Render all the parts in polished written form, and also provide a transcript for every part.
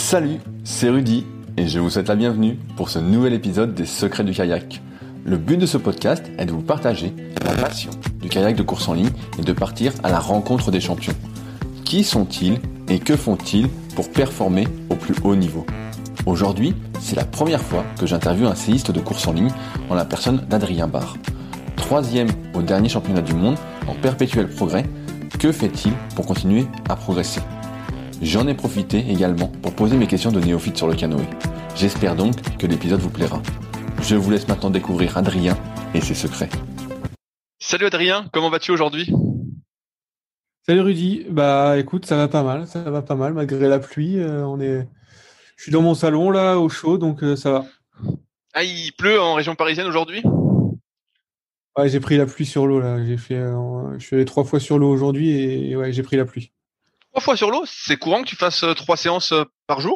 Salut, c'est Rudy et je vous souhaite la bienvenue pour ce nouvel épisode des Secrets du kayak. Le but de ce podcast est de vous partager la passion du kayak de course en ligne et de partir à la rencontre des champions. Qui sont-ils et que font-ils pour performer au plus haut niveau ? Aujourd'hui, c'est la première fois que j'interviewe un séiste de course en ligne en la personne d'Adrien Barre. 3e au dernier championnat du monde en perpétuel progrès, que fait-il pour continuer à progresser ? J'en ai profité également pour poser mes questions de néophyte sur le canoë. J'espère donc que l'épisode vous plaira. Je vous laisse maintenant découvrir Adrien et ses secrets. Salut Adrien, comment vas-tu aujourd'hui ? Salut Rudy, écoute, ça va pas mal malgré la pluie. Je suis dans mon salon là, au chaud, donc ça va. Ah, il pleut en région parisienne aujourd'hui ? Ouais, j'ai pris la pluie sur l'eau là. Je suis allé 3 fois sur l'eau aujourd'hui et ouais, j'ai pris la pluie. 3 fois sur l'eau, c'est courant que tu fasses 3 séances par jour ?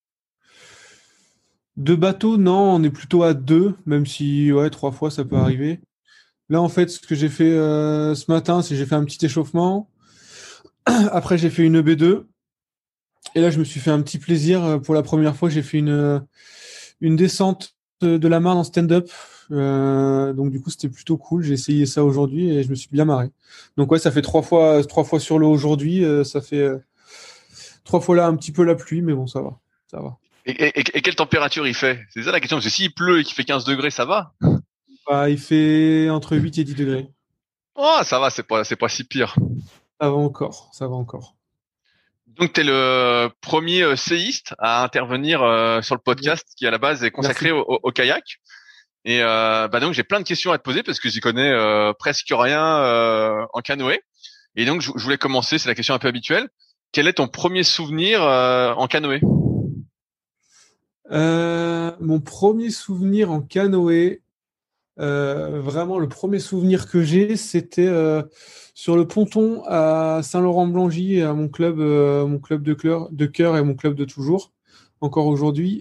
2 bateaux, non, on est plutôt à 2, même si 3 fois ça peut arriver. Là en fait, ce que j'ai fait ce matin, c'est que j'ai fait un petit échauffement. Après j'ai fait une EB2. Et là je me suis fait un petit plaisir. Pour la première fois, j'ai fait une descente de la Marne en stand-up. Donc du coup c'était plutôt cool. J'ai essayé ça aujourd'hui et je me suis bien marré. Donc ouais, ça fait 3 fois sur l'eau aujourd'hui. Ça fait 3 fois là un petit peu la pluie, mais bon, ça va. Et quelle température il fait ? C'est ça la question, parce que s'il pleut et qu'il fait 15 degrés, ça va ? Il fait entre 8 et 10 degrés. Oh, ça va, c'est pas si pire. Ça va encore. Donc t'es le premier séiste à intervenir sur le podcast qui à la base est consacré au kayak. Et donc j'ai plein de questions à te poser parce que j'y connais presque rien en canoë. Et donc je voulais commencer, c'est la question un peu habituelle. Quel est ton premier souvenir en canoë ? Mon premier souvenir en canoë, vraiment le premier souvenir que j'ai, c'était sur le ponton à Saint-Laurent-Blangy, à mon club de cœur et mon club de toujours, encore aujourd'hui.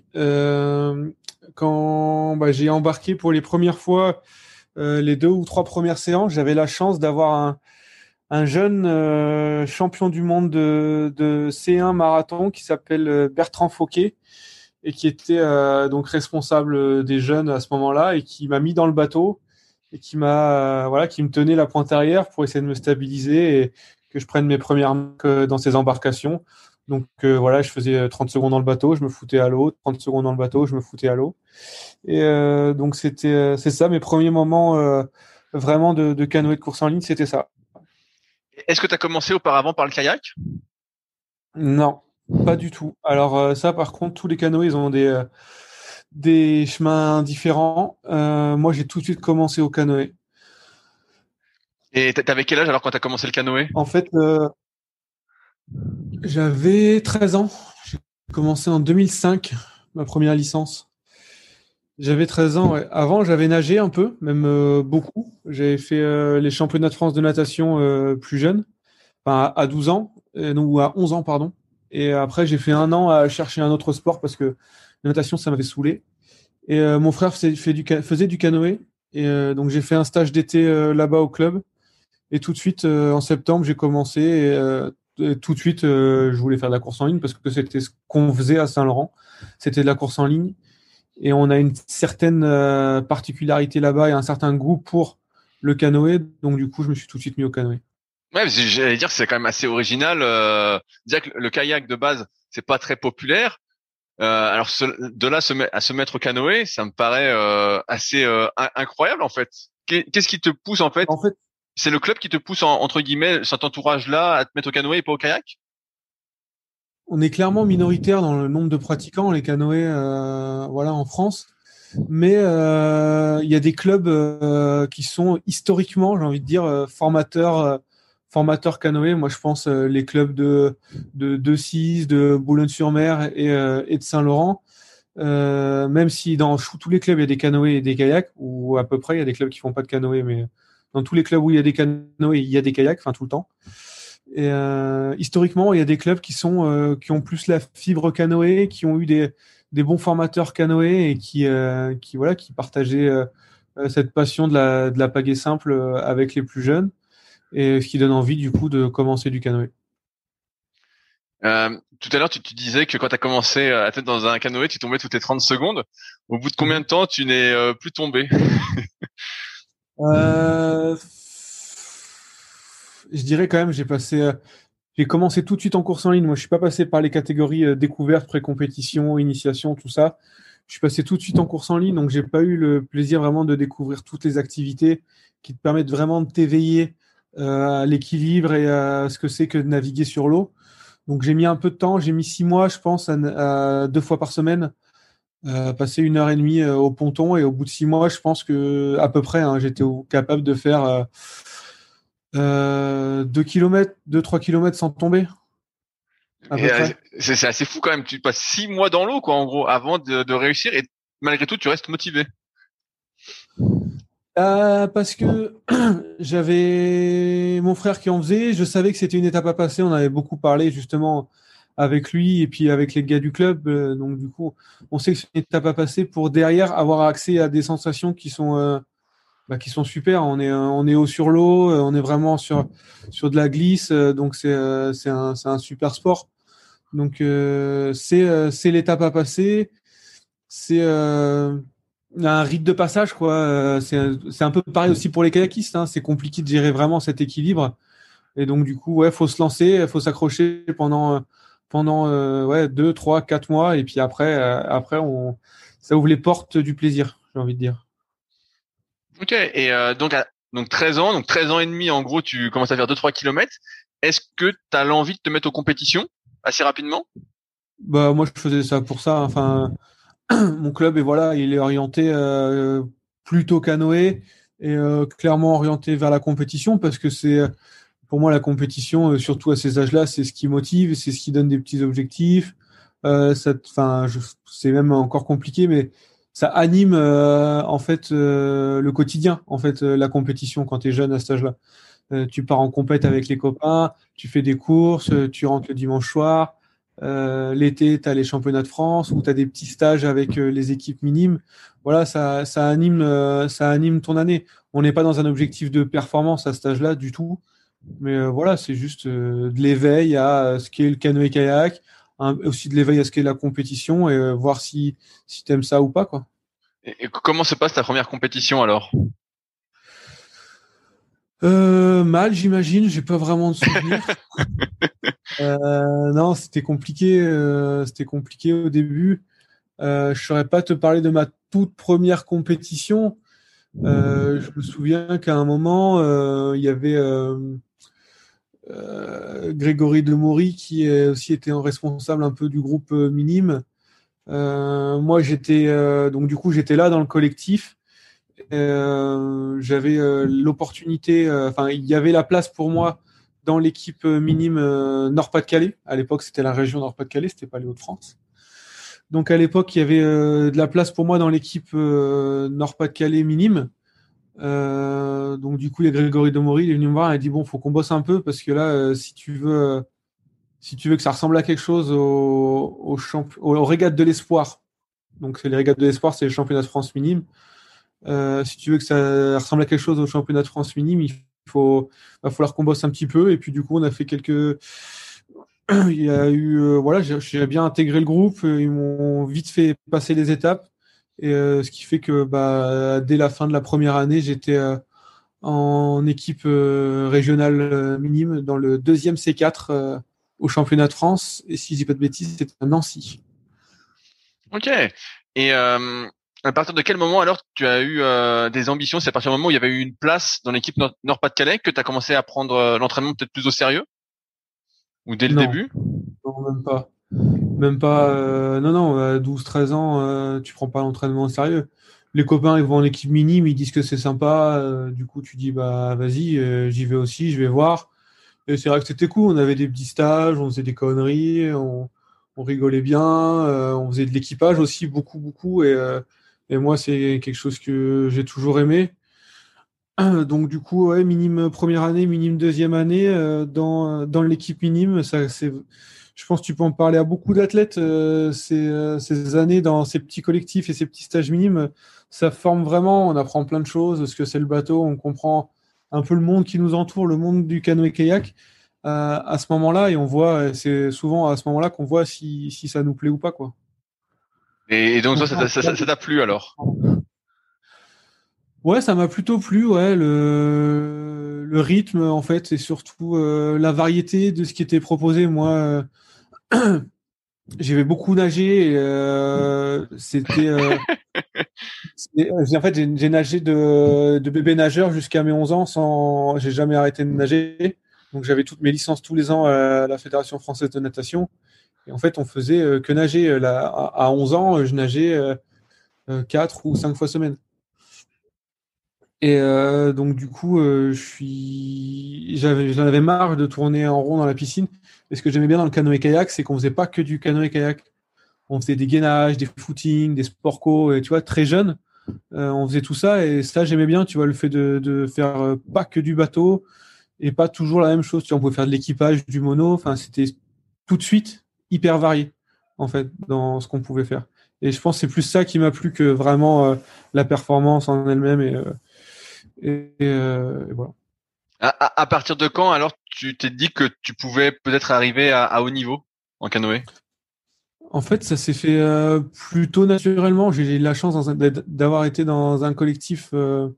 Quand j'ai embarqué pour les premières fois les 2 ou 3 premières séances, j'avais la chance d'avoir un jeune champion du monde de C1 marathon qui s'appelle Bertrand Fauquet et qui était donc responsable des jeunes à ce moment-là et qui m'a mis dans le bateau et qui me tenait la pointe arrière pour essayer de me stabiliser et que je prenne mes premières marques dans ces embarcations. Donc je faisais 30 secondes dans le bateau, je me foutais à l'eau, 30 secondes dans le bateau, je me foutais à l'eau. Et donc c'est ça mes premiers moments vraiment de canoë de course en ligne, c'était ça. Est-ce que tu as commencé auparavant par le kayak ? Non, pas du tout. Alors ça, par contre, tous les canoës, ils ont des chemins différents. Moi, j'ai tout de suite commencé au canoë. Et t'avais quel âge alors quand t'as commencé le canoë ? En fait, j'avais 13 ans. J'ai commencé en 2005, ma première licence. J'avais 13 ans, ouais. Avant, j'avais nagé un peu, même beaucoup. J'avais fait les championnats de France de natation plus jeune, enfin à 12 ans, ou à 11 ans, pardon. Et après, j'ai fait 1 an à chercher un autre sport parce que la natation, ça m'avait saoulé. Et mon frère faisait du canoë. Et donc, j'ai fait un stage d'été là-bas au club. Et tout de suite, en septembre, j'ai commencé. Et tout de suite, je voulais faire de la course en ligne parce que c'était ce qu'on faisait à Saint-Laurent. C'était de la course en ligne. Et on a une certaine particularité là-bas et un certain goût pour le canoë. Donc, du coup, je me suis tout de suite mis au canoë. Ouais, parce que j'allais dire que c'est quand même assez original. Dire que le kayak de base, c'est pas très populaire. Alors de là à se mettre au canoë, ça me paraît assez incroyable en fait. Qu'est-ce qui te pousse en fait ? En fait, C'est le club qui te pousse entre guillemets cet entourage-là à te mettre au canoë et pas au kayak ? on est clairement minoritaire dans le nombre de pratiquants, les canoës, en France. Mais il y a des clubs qui sont historiquement, j'ai envie de dire, formateurs canoë. Moi, je pense les clubs de Decize, de Boulogne-sur-Mer et de Saint-Laurent. Même si dans tous les clubs il y a des canoës et des kayaks, ou à peu près, il y a des clubs qui font pas de canoë, mais dans tous les clubs où il y a des canoës, il y a des kayaks, enfin tout le temps. Et historiquement, il y a des clubs qui ont plus la fibre canoë, qui ont eu des bons formateurs canoë et qui partageaient cette passion de la pagaie simple avec les plus jeunes et ce qui donne envie du coup de commencer du canoë. Tout à l'heure, tu disais que quand tu as commencé à tête dans un canoë, tu tombais toutes les 30 secondes. Au bout de combien de temps tu n'es plus tombé? Euh, je dirais quand même, j'ai commencé tout de suite en course en ligne. Moi, je suis pas passé par les catégories découverte, pré-compétition, initiation, tout ça. Je suis passé tout de suite en course en ligne, donc j'ai pas eu le plaisir vraiment de découvrir toutes les activités qui te permettent vraiment de t'éveiller à l'équilibre et à ce que c'est que de naviguer sur l'eau. Donc j'ai mis un peu de temps, j'ai mis 6 mois, je pense, à 2 fois par semaine, passer 1 heure et demie au ponton. Et au bout de 6 mois, je pense que à peu près, hein, j'étais capable de faire 2 kilomètres, 2-3 kilomètres sans tomber, à Et peu près. c'est assez fou quand même. Tu passes 6 mois dans l'eau, quoi, en gros, avant de réussir. Et malgré tout, tu restes motivé. Parce que j'avais mon frère qui en faisait, je savais que c'était une étape à passer, on avait beaucoup parlé justement avec lui et puis avec les gars du club, donc du coup on sait que c'est une étape à passer pour derrière avoir accès à des sensations qui sont super. On est haut sur l'eau, on est vraiment sur de la glisse, donc c'est un super sport. Donc c'est l'étape à passer, c'est un rite de passage, quoi. C'est un peu pareil aussi pour les kayakistes, hein. C'est compliqué de gérer vraiment cet équilibre. Et donc, du coup, ouais, faut se lancer, faut s'accrocher pendant ouais, 2, 3, 4 mois. Et puis après, ça ouvre les portes du plaisir, j'ai envie de dire. Ok. Et donc 13 ans, donc 13 ans et demi, en gros, tu commences à faire 2-3 kilomètres. Est-ce que tu as l'envie de te mettre aux compétitions assez rapidement? Bah, moi, je faisais ça pour ça. Enfin, mon club, et voilà, il est orienté plutôt canoë et clairement orienté vers la compétition parce que pour moi, la compétition, surtout à ces âges-là, c'est ce qui motive, c'est ce qui donne des petits objectifs. Enfin, c'est même encore compliqué, mais ça anime en fait le quotidien. En fait, la compétition quand tu es jeune à cet âge-là. Tu pars en compète avec les copains, tu fais des courses, tu rentres le dimanche soir. L'été, tu as les championnats de France ou tu as des petits stages avec les équipes minimes. Voilà, ça anime ton année. On n'est pas dans un objectif de performance à cet âge-là du tout. Mais voilà, c'est juste de l'éveil à ce qu'est le canoë-kayak, hein, aussi de l'éveil à ce qu'est la compétition et voir si tu aimes ça ou pas, quoi. Et comment se passe ta première compétition alors? Mal, j'imagine, j'ai pas vraiment de souvenirs. Non, c'était compliqué au début. Je saurais pas te parler de ma toute première compétition. Je me souviens qu'à un moment, il y avait Grégory Demory qui aussi était un responsable un peu du groupe minime. Moi, donc du coup, j'étais là dans le collectif. J'avais l'opportunité, enfin, il y avait la place pour moi dans l'équipe minime Nord-Pas-de-Calais. À l'époque, c'était la région Nord-Pas-de-Calais, c'était pas les Hauts-de-France. Donc à l'époque, il y avait de la place pour moi dans l'équipe Nord-Pas-de-Calais minime. Donc du coup, il y a Grégory Demory, il est venu me voir et a dit bon, faut qu'on bosse un peu parce que là, si tu veux que ça ressemble à quelque chose aux régates de l'espoir. Donc c'est les régates de l'espoir, c'est les championnats de France minime. Si tu veux que ça ressemble à quelque chose au championnat de France minime, va falloir qu'on bosse un petit peu. Et puis du coup, on a fait quelques. Il y a eu, voilà, j'ai bien intégré le groupe. Ils m'ont vite fait passer les étapes. Et ce qui fait que bah, dès la fin de la première année, j'étais en équipe régionale minime dans le deuxième C4 au championnat de France. Et si je dis pas de bêtises, c'était à Nancy. Ok. Et à partir de quel moment alors tu as eu des ambitions? C'est à partir du moment où il y avait eu une place dans l'équipe Nord-Pas-de-Calais que tu as commencé à prendre l'entraînement peut-être plus au sérieux? Ou dès le Non, début? non, même pas. Même pas. Non, non, à 12-13 ans, tu prends pas l'entraînement au sérieux. Les copains, ils vont en équipe minime, ils disent que c'est sympa. Du coup, tu dis, bah, vas-y, j'y vais aussi, je vais voir. Et c'est vrai que c'était cool. On avait des petits stages, on faisait des conneries, on rigolait bien, on faisait de l'équipage aussi, beaucoup, beaucoup. Et moi, c'est quelque chose que j'ai toujours aimé. Donc, du coup, ouais, minime première année, minime deuxième année, dans l'équipe minime, je pense que tu peux en parler à beaucoup d'athlètes. Ces années dans ces petits collectifs et ces petits stages minimes, ça forme vraiment. On apprend plein de choses, ce que c'est le bateau, on comprend un peu le monde qui nous entoure, le monde du canoë-kayak. à ce moment-là et on voit, c'est souvent à ce moment-là qu'on voit si ça nous plaît ou pas, quoi. Et donc toi, ça t'a plu alors? Ouais, ça m'a plutôt plu, ouais, le rythme en fait, et surtout la variété de ce qui était proposé. Moi, j'avais beaucoup nagé. Et, en fait, j'ai nagé de bébé nageur jusqu'à mes 11 ans sans. J'ai jamais arrêté de nager. Donc j'avais toutes mes licences tous les ans à la Fédération française de natation. Et en fait, on faisait que nager. Là, à 11 ans, je nageais 4 ou 5 fois semaine. Et donc du coup, j'en avais marre de tourner en rond dans la piscine. Et ce que j'aimais bien dans le canoë-kayak, c'est qu'on faisait pas que du canoë-kayak. On faisait des gainages, des footings, des sports co, et tu vois, très jeune, on faisait tout ça. Et ça, j'aimais bien, tu vois, le fait de faire pas que du bateau et pas toujours la même chose. Tu vois, on pouvait faire de l'équipage, du mono. Enfin, c'était tout de suite hyper varié, en fait, dans ce qu'on pouvait faire. Et je pense que c'est plus ça qui m'a plu que vraiment la performance en elle-même. Et voilà. À partir de quand alors tu t'es dit que tu pouvais peut-être arriver à haut niveau en canoë? En fait, ça s'est fait plutôt naturellement. J'ai eu la chance d'avoir été dans un collectif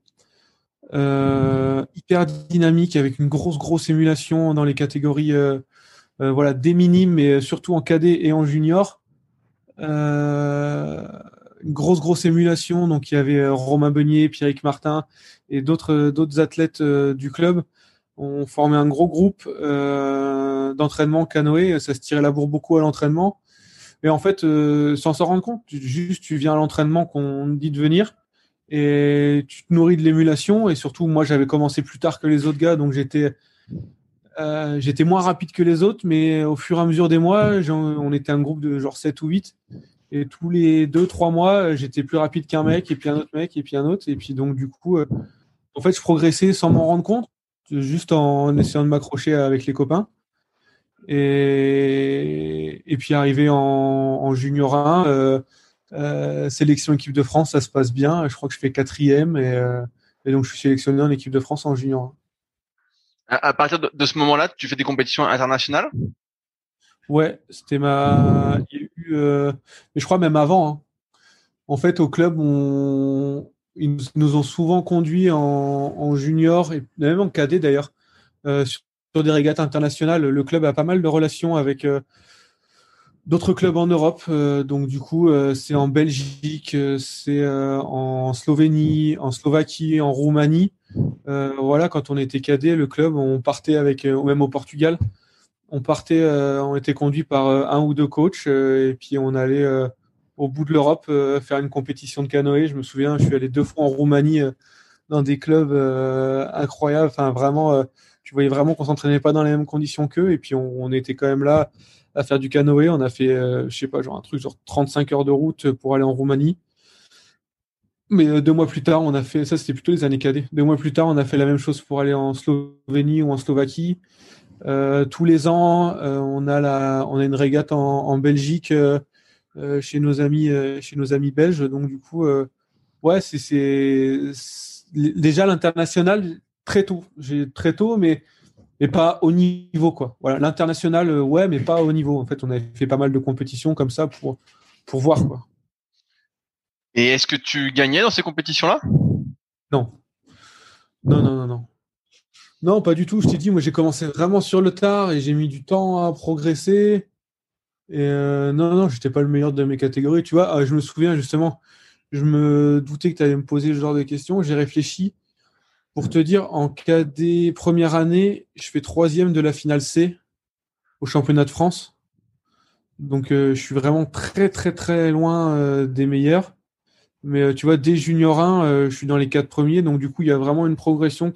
hyper dynamique avec une grosse émulation dans les catégories voilà, des minimes, mais surtout en cadet et en junior. Une grosse émulation. Donc, il y avait Romain Beugnier, Pierrick Martin et d'autres athlètes du club. On formait un gros groupe d'entraînement canoë. Ça se tirait la bourre beaucoup à l'entraînement. Et en fait, sans s'en rendre compte, tu viens à l'entraînement qu'on te dit de venir et tu te nourris de l'émulation. Et surtout, moi, j'avais commencé plus tard que les autres gars, donc j'étais moins rapide que les autres. Mais au fur et à mesure des mois, on était un groupe de genre 7 ou 8. Et tous les 2-3 mois, j'étais plus rapide qu'un mec, et puis un autre mec, et puis un autre. Et puis donc, du coup, en fait, je progressais sans m'en rendre compte, juste en essayant de m'accrocher avec les copains. Et puis arrivé en junior 1, sélection équipe de France, ça se passe bien. Je crois que je fais quatrième et donc je suis sélectionné en équipe de France en junior 1. À partir de ce moment-là, tu fais des compétitions internationales? Ouais, il y a eu, mais je crois même avant, hein. En fait, au club, ils nous ont souvent conduits en junior et même en cadet d'ailleurs, sur des régates internationales. Le club a pas mal de relations avec d'autres clubs en Europe. Donc du coup, c'est en Belgique, c'est en Slovénie, en Slovaquie, en Roumanie. Voilà, quand on était cadet, le club, on partait avec, même au Portugal, on était conduit par un ou deux coachs, et puis on allait au bout de l'Europe faire une compétition de canoë. Je me souviens, je suis allé 2 fois en Roumanie dans des clubs incroyables. Enfin, vraiment, tu voyais vraiment qu'on s'entraînait pas dans les mêmes conditions qu'eux. Et puis, on était quand même là à faire du canoë. On a fait, je sais pas, genre un truc genre 35 heures de route pour aller en Roumanie. Mais 2 mois plus tard, on a fait, ça c'était plutôt les années cadets. 2 mois plus tard, on a fait la même chose pour aller en Slovénie ou en Slovaquie. Tous les ans, on a une régate en Belgique chez nos amis belges. Donc du coup, ouais, déjà l'international très tôt. J'ai très tôt, mais pas au niveau, quoi. Voilà, l'international, ouais, mais pas au niveau. En fait, on avait fait pas mal de compétitions comme ça pour voir, quoi. Et est-ce que tu gagnais dans ces compétitions-là? Non, non. Non, pas du tout. Je t'ai dit, moi, j'ai commencé vraiment sur le tard et j'ai mis du temps à progresser. Et non, j'étais pas le meilleur de mes catégories. Tu vois, je me souviens justement, je me doutais que tu allais me poser ce genre de questions. J'ai réfléchi. Pour te dire, en cadet première année, je fais troisième de la finale C au championnat de France. Donc, je suis vraiment très loin des meilleurs. Mais tu vois, dès junior 1, je suis dans les 4 premiers. Donc, du coup, il y a vraiment une progression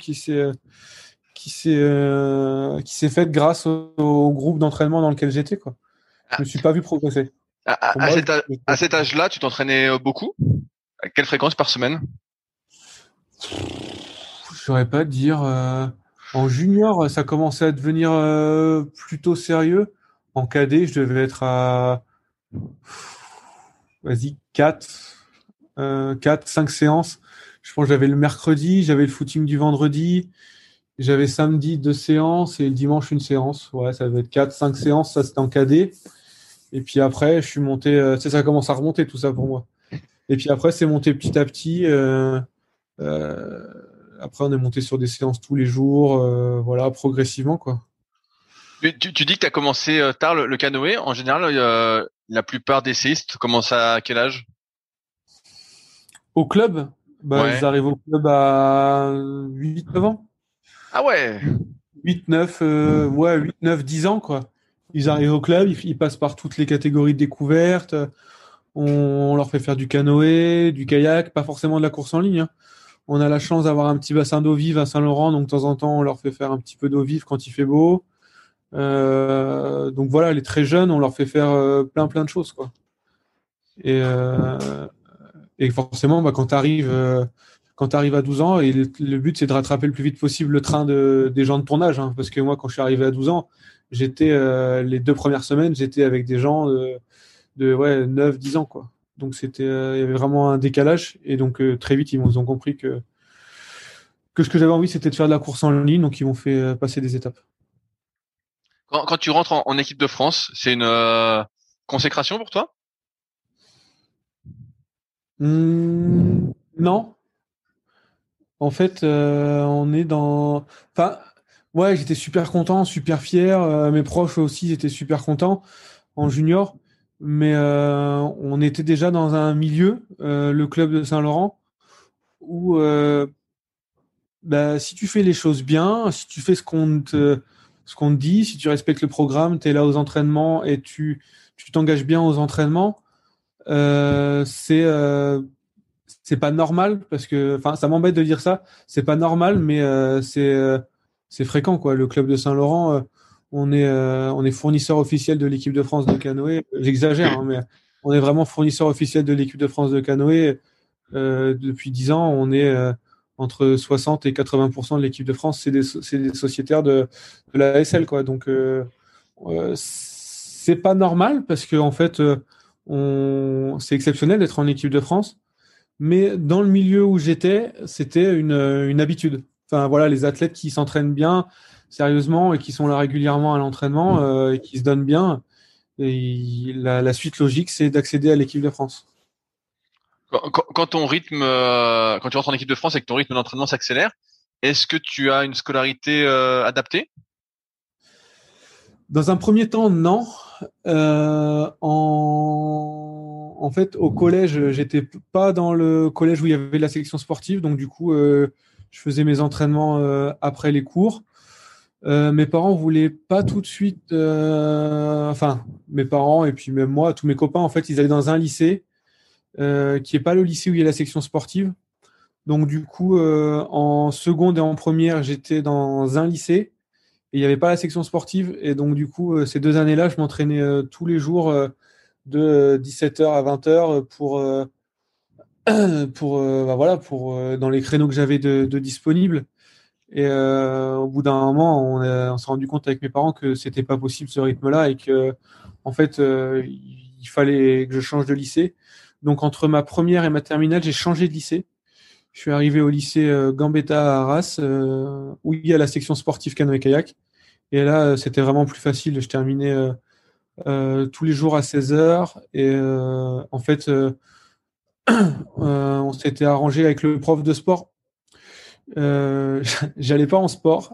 qui s'est faite grâce au groupe d'entraînement dans lequel j'étais, quoi. Je À, me suis pas vu progresser. à, Pour à moi, à cet âge-là, tu t'entraînais beaucoup? À quelle fréquence par semaine? je saurais pas te dire. En junior, ça commençait à devenir plutôt sérieux. En cadet, je devais être à, vas-y, 4, 5 séances. Je pense que j'avais le mercredi, j'avais le footing du vendredi. J'avais samedi 2 séances et le dimanche une séance. Ouais, ça devait être 4, 5 séances, ça c'était en cadet. Et puis après, je suis monté, ça commence à remonter tout ça pour moi. Et puis après, c'est monté petit à petit. Euh, Après, on est monté sur des séances tous les jours, voilà, progressivement, quoi. Tu dis que tu as commencé tard le canoë. En général, la plupart des séistes commencent à quel âge? Au club, bah, ils Ouais. arrivent au club à 8, 9 ans. Ah ouais. 8, 9, ouais, 8, 9, 10 ans, quoi. Ils arrivent au club, ils passent par toutes les catégories de découverte. On leur fait faire du canoë, du kayak, pas forcément de la course en ligne, hein. On a la chance d'avoir un petit bassin d'eau vive à Saint-Laurent, donc de temps en temps, on leur fait faire un petit peu d'eau vive quand il fait beau. Donc voilà, les très jeunes, on leur fait faire plein de choses, quoi. Et, euh, et forcément, bah, quand tu arrives à 12 ans, et le but, c'est de rattraper le plus vite possible le train des gens de ton âge, hein. Parce que moi, quand je suis arrivé à 12 ans, les 2 premières semaines, j'étais avec des gens de ouais, 9, 10 ans, quoi. Donc il y avait vraiment un décalage. Et donc très vite, ils ont compris que ce que j'avais envie, c'était de faire de la course en ligne. Donc ils m'ont fait passer des étapes. Quand tu rentres en équipe de France, c'est une consécration pour toi? Non, en fait, on est dans. Enfin, ouais, j'étais super content, super fier. Mes proches aussi étaient super contents en junior. Mais on était déjà dans un milieu, le club de Saint-Laurent, où bah, si tu fais les choses bien, si tu fais ce qu'on te dit, si tu respectes le programme, tu es là aux entraînements et tu t'engages bien aux entraînements, euh, c'est euh, c'est pas normal parce que, enfin, ça m'embête de dire ça. C'est pas normal, mais c'est fréquent, quoi. Le club de Saint-Laurent, on est fournisseur officiel de l'équipe de France de canoë. J'exagère, hein, mais on est vraiment fournisseur officiel de l'équipe de France de canoë. Depuis 10 ans, on est entre 60 et 80% de l'équipe de France, c'est des sociétaires de la ASL, quoi. Donc, c'est pas normal parce que en fait, c'est exceptionnel d'être en équipe de France. Mais dans le milieu où j'étais, c'était une habitude. Enfin, voilà, les athlètes qui s'entraînent bien, sérieusement, et qui sont là régulièrement à l'entraînement, et qui se donnent bien, et la suite logique, c'est d'accéder à l'équipe de France. Quand ton rythme, quand tu rentres en équipe de France et que ton rythme d'entraînement s'accélère, est-ce que tu as une scolarité adaptée? Dans un premier temps, non. En fait, au collège, j'étais pas dans le collège où il y avait la sélection sportive, donc du coup, je faisais mes entraînements après les cours. Mes parents voulaient pas tout de suite, enfin, mes parents et puis même moi, tous mes copains, en fait, ils allaient dans un lycée qui est pas le lycée où il y a la section sportive. Donc du coup, en seconde et en première, j'étais dans un lycée et il n'y avait pas la section sportive. Et donc du coup, ces 2 années-là, je m'entraînais tous les jours de 17h à 20h bah, voilà, dans les créneaux que j'avais de disponibles. Et au bout d'un moment, on s'est rendu compte avec mes parents que c'était pas possible ce rythme-là et que, en fait, il fallait que je change de lycée. Donc, entre ma première et ma terminale, j'ai changé de lycée. Je suis arrivé au lycée Gambetta à Arras, où il y a la section sportive canoë-kayak. Et là, c'était vraiment plus facile. Je terminais tous les jours à 16 heures. Et en fait, on s'était arrangé avec le prof de sport. Euh, J'allais pas en sport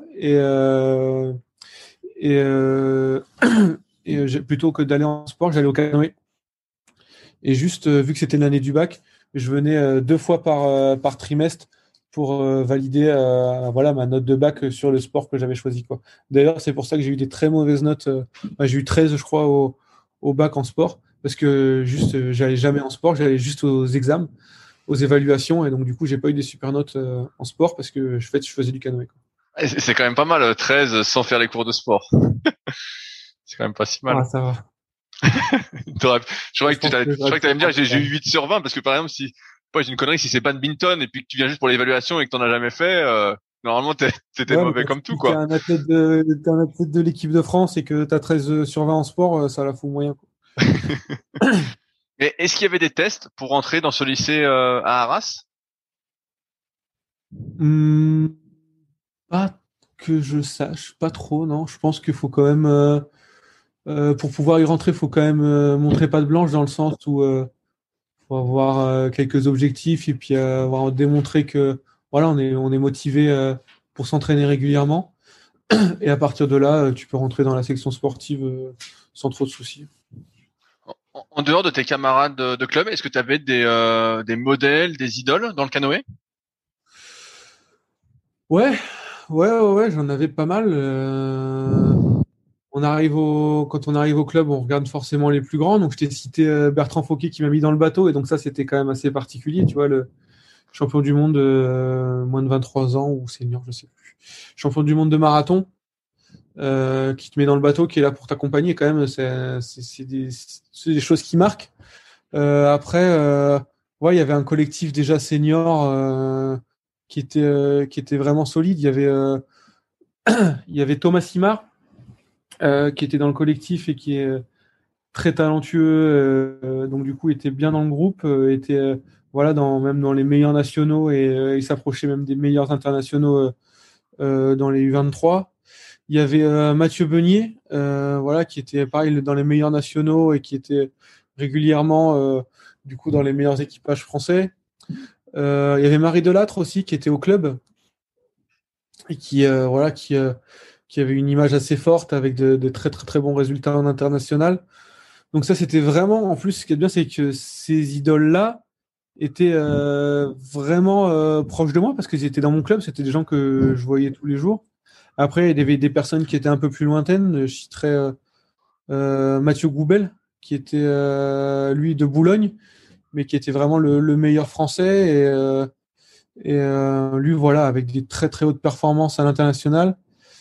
et, euh, plutôt que d'aller en sport, j'allais au canoë. Et juste vu que c'était l'année du bac, je venais 2 fois par trimestre pour valider voilà ma note de bac sur le sport que j'avais choisi, quoi. D'ailleurs, c'est pour ça que j'ai eu des très mauvaises notes. J'ai eu 13, je crois, au bac en sport parce que juste j'allais jamais en sport, j'allais juste aux examens, aux évaluations, et donc du coup j'ai pas eu des super notes en sport parce que en fait, je faisais du canoë, quoi. Et c'est quand même pas mal, 13 sans faire les cours de sport. C'est quand même pas si Ah, mal. ça va. Je croyais Je que pense que j'aurais pu t'allais me dire faire j'ai ça. eu 8 sur 20 parce que par exemple si pas j'ai une connerie si c'est badminton et puis que tu viens juste pour l'évaluation et que t'en as jamais fait, normalement t'étais Ouais, mais mauvais comme tout si t'es quoi. un athlète de l'équipe de France et que t'as 13 sur 20 en sport, ça la fout moyen, quoi. Mais est-ce qu'il y avait des tests pour rentrer dans ce lycée à Arras? Hmm, pas que je sache, pas trop, non. Je pense qu'il faut quand même, pour pouvoir y rentrer, il faut quand même montrer patte blanche dans le sens où faut avoir quelques objectifs et puis avoir démontré que voilà, on est motivé pour s'entraîner régulièrement. Et à partir de là, tu peux rentrer dans la section sportive sans trop de soucis. En dehors de tes camarades de club, est-ce que tu avais des modèles, des idoles dans le canoë? Ouais, ouais, j'en avais pas mal. Quand on arrive au club, on regarde forcément les plus grands. Donc, je t'ai cité Bertrand Fauquet qui m'a mis dans le bateau. Et donc, ça, c'était quand même assez particulier. Tu vois, le champion du monde moins de 23 ans ou senior, je sais plus. Champion du monde de marathon qui te met dans le bateau, qui est là pour t'accompagner. Quand même, c'est des choses qui marquent. Après, ouais, il y avait un collectif déjà senior qui était vraiment solide. Il y avait Thomas Simard qui était dans le collectif et qui est très talentueux, donc du coup était bien dans le groupe, était voilà même dans les meilleurs nationaux et il s'approchait même des meilleurs internationaux dans les U23. Il y avait Mathieu Beunier, voilà, qui était pareil dans les meilleurs nationaux et qui était régulièrement du coup dans les meilleurs équipages français. Il y avait Marie Delattre aussi qui était au club et qui avait une image assez forte avec de très très très bons résultats en international. Donc ça, c'était vraiment, en plus, ce qui est bien, c'est que ces idoles-là étaient vraiment proches de moi parce qu'ils étaient dans mon club, c'était des gens que je voyais tous les jours. Après, il y avait des personnes qui étaient un peu plus lointaines. Je citerais Mathieu Goubel, qui était, lui, de Boulogne, mais qui était vraiment le meilleur français. Et lui, voilà, avec des très très hautes performances à l'international.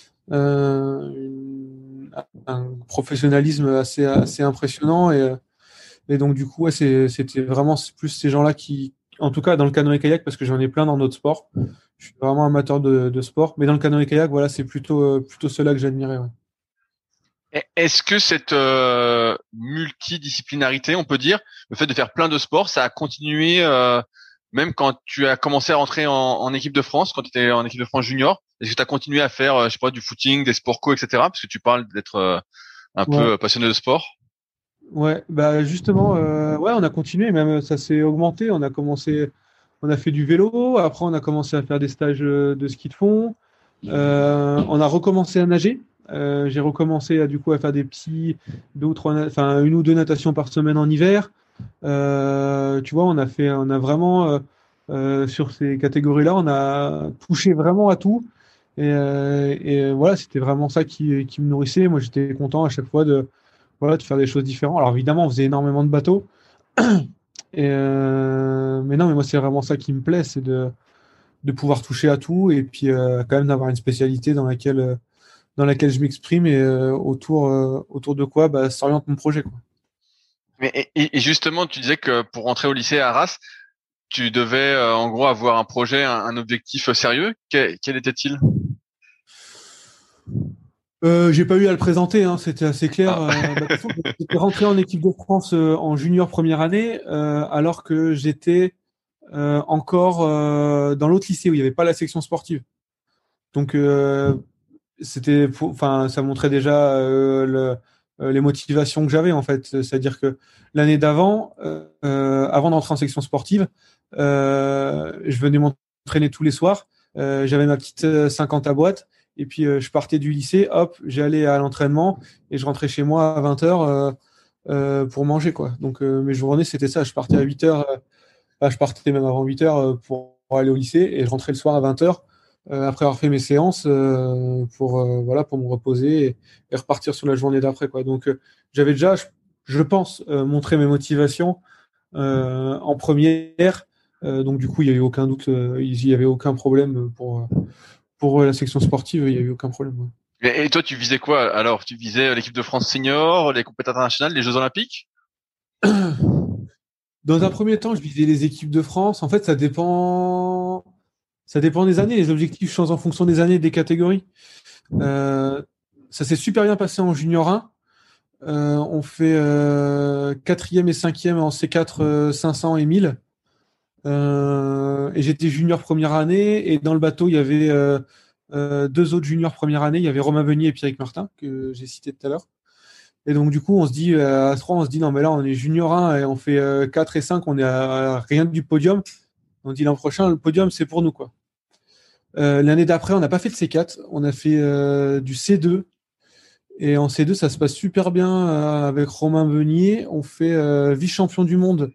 Un professionnalisme assez impressionnant et donc du coup ouais, c'était vraiment plus ces gens-là qui, en tout cas dans le canoë-kayak, parce que j'en ai plein dans d'autres sports, je suis vraiment amateur de sport, mais dans le canoë-kayak voilà, c'est plutôt ceux-là que j'admirais, ouais. Est-ce que cette multidisciplinarité, on peut dire, le fait de faire plein de sports, ça a continué même quand tu as commencé à rentrer en équipe de France, quand tu étais en équipe de France junior? Est-ce que tu as continué à faire, je sais pas, du footing, des sports co, etc. Parce que tu parles d'être un Ouais, peu passionné de sport. ouais, bah justement, ouais, on a continué, même ça s'est augmenté. On a fait du vélo, après on a commencé à faire des stages de ski de fond. On a recommencé à nager. J'ai recommencé du coup à faire des petits deux ou trois, enfin une ou deux natations par semaine en hiver. Tu vois, on a vraiment sur ces catégories-là, on a touché vraiment à tout. Et voilà, c'était vraiment ça qui me nourrissait. Moi, j'étais content à chaque fois de faire des choses différentes. Alors évidemment, on faisait énormément de bateaux. Mais non, mais moi, c'est vraiment ça qui me plaît, c'est de pouvoir toucher à tout et puis quand même d'avoir une spécialité dans laquelle je m'exprime et autour de quoi s'oriente mon projet, quoi. Mais et justement, tu disais que pour rentrer au lycée à Arras, tu devais en gros avoir un projet, un objectif sérieux. Quel était-il? J'ai pas eu à le présenter, hein, c'était assez clair. Ah. De toute façon, j'étais rentré en équipe de France en junior première année, alors que j'étais encore dans l'autre lycée où il n'y avait pas la section sportive. Donc enfin, ça montrait déjà les motivations que j'avais en fait. C'est-à-dire que l'année d'avant, avant d'entrer en section sportive, je venais m'entraîner tous les soirs. J'avais ma petite 50 à boîte. Et puis je partais du lycée, hop, j'allais à l'entraînement et je rentrais chez moi à 20h pour manger, quoi. Donc mes journées, c'était ça. Je partais à 8h, je partais même avant 8h pour aller au lycée et je rentrais le soir à 20h après avoir fait mes séances pour me reposer et repartir sur la journée d'après, quoi. Donc j'avais déjà, je pense, montré mes motivations en première. Donc du coup, il n'y a eu aucun doute, il n'y avait aucun problème pour la section sportive, il n'y a eu aucun problème, ouais. Et toi, tu visais quoi alors? Tu visais l'équipe de France senior, les compétitions internationales, les Jeux Olympiques? Dans un premier temps, je visais les équipes de France. En fait, ça dépend. Ça dépend des années. Les objectifs changent en fonction des années et des catégories. Euh, Ça s'est super bien passé en junior 1. On fait quatrième et cinquième en C4 500 et 1000. Et j'étais junior première année. Et dans le bateau, il y avait 2 autres juniors première année. Il y avait Romain Venier et Pierrick Martin, que j'ai cité tout à l'heure. Et donc, du coup, on se dit, à 3, on se dit, non, mais là, on est junior 1 et on fait 4 et 5, on est à rien du podium. On dit, l'an prochain, le podium, c'est pour nous, quoi. L'année d'après, on n'a pas fait de C4, on a fait du C2. Et en C2, ça se passe super bien avec Romain Venier. On fait vice-champion du monde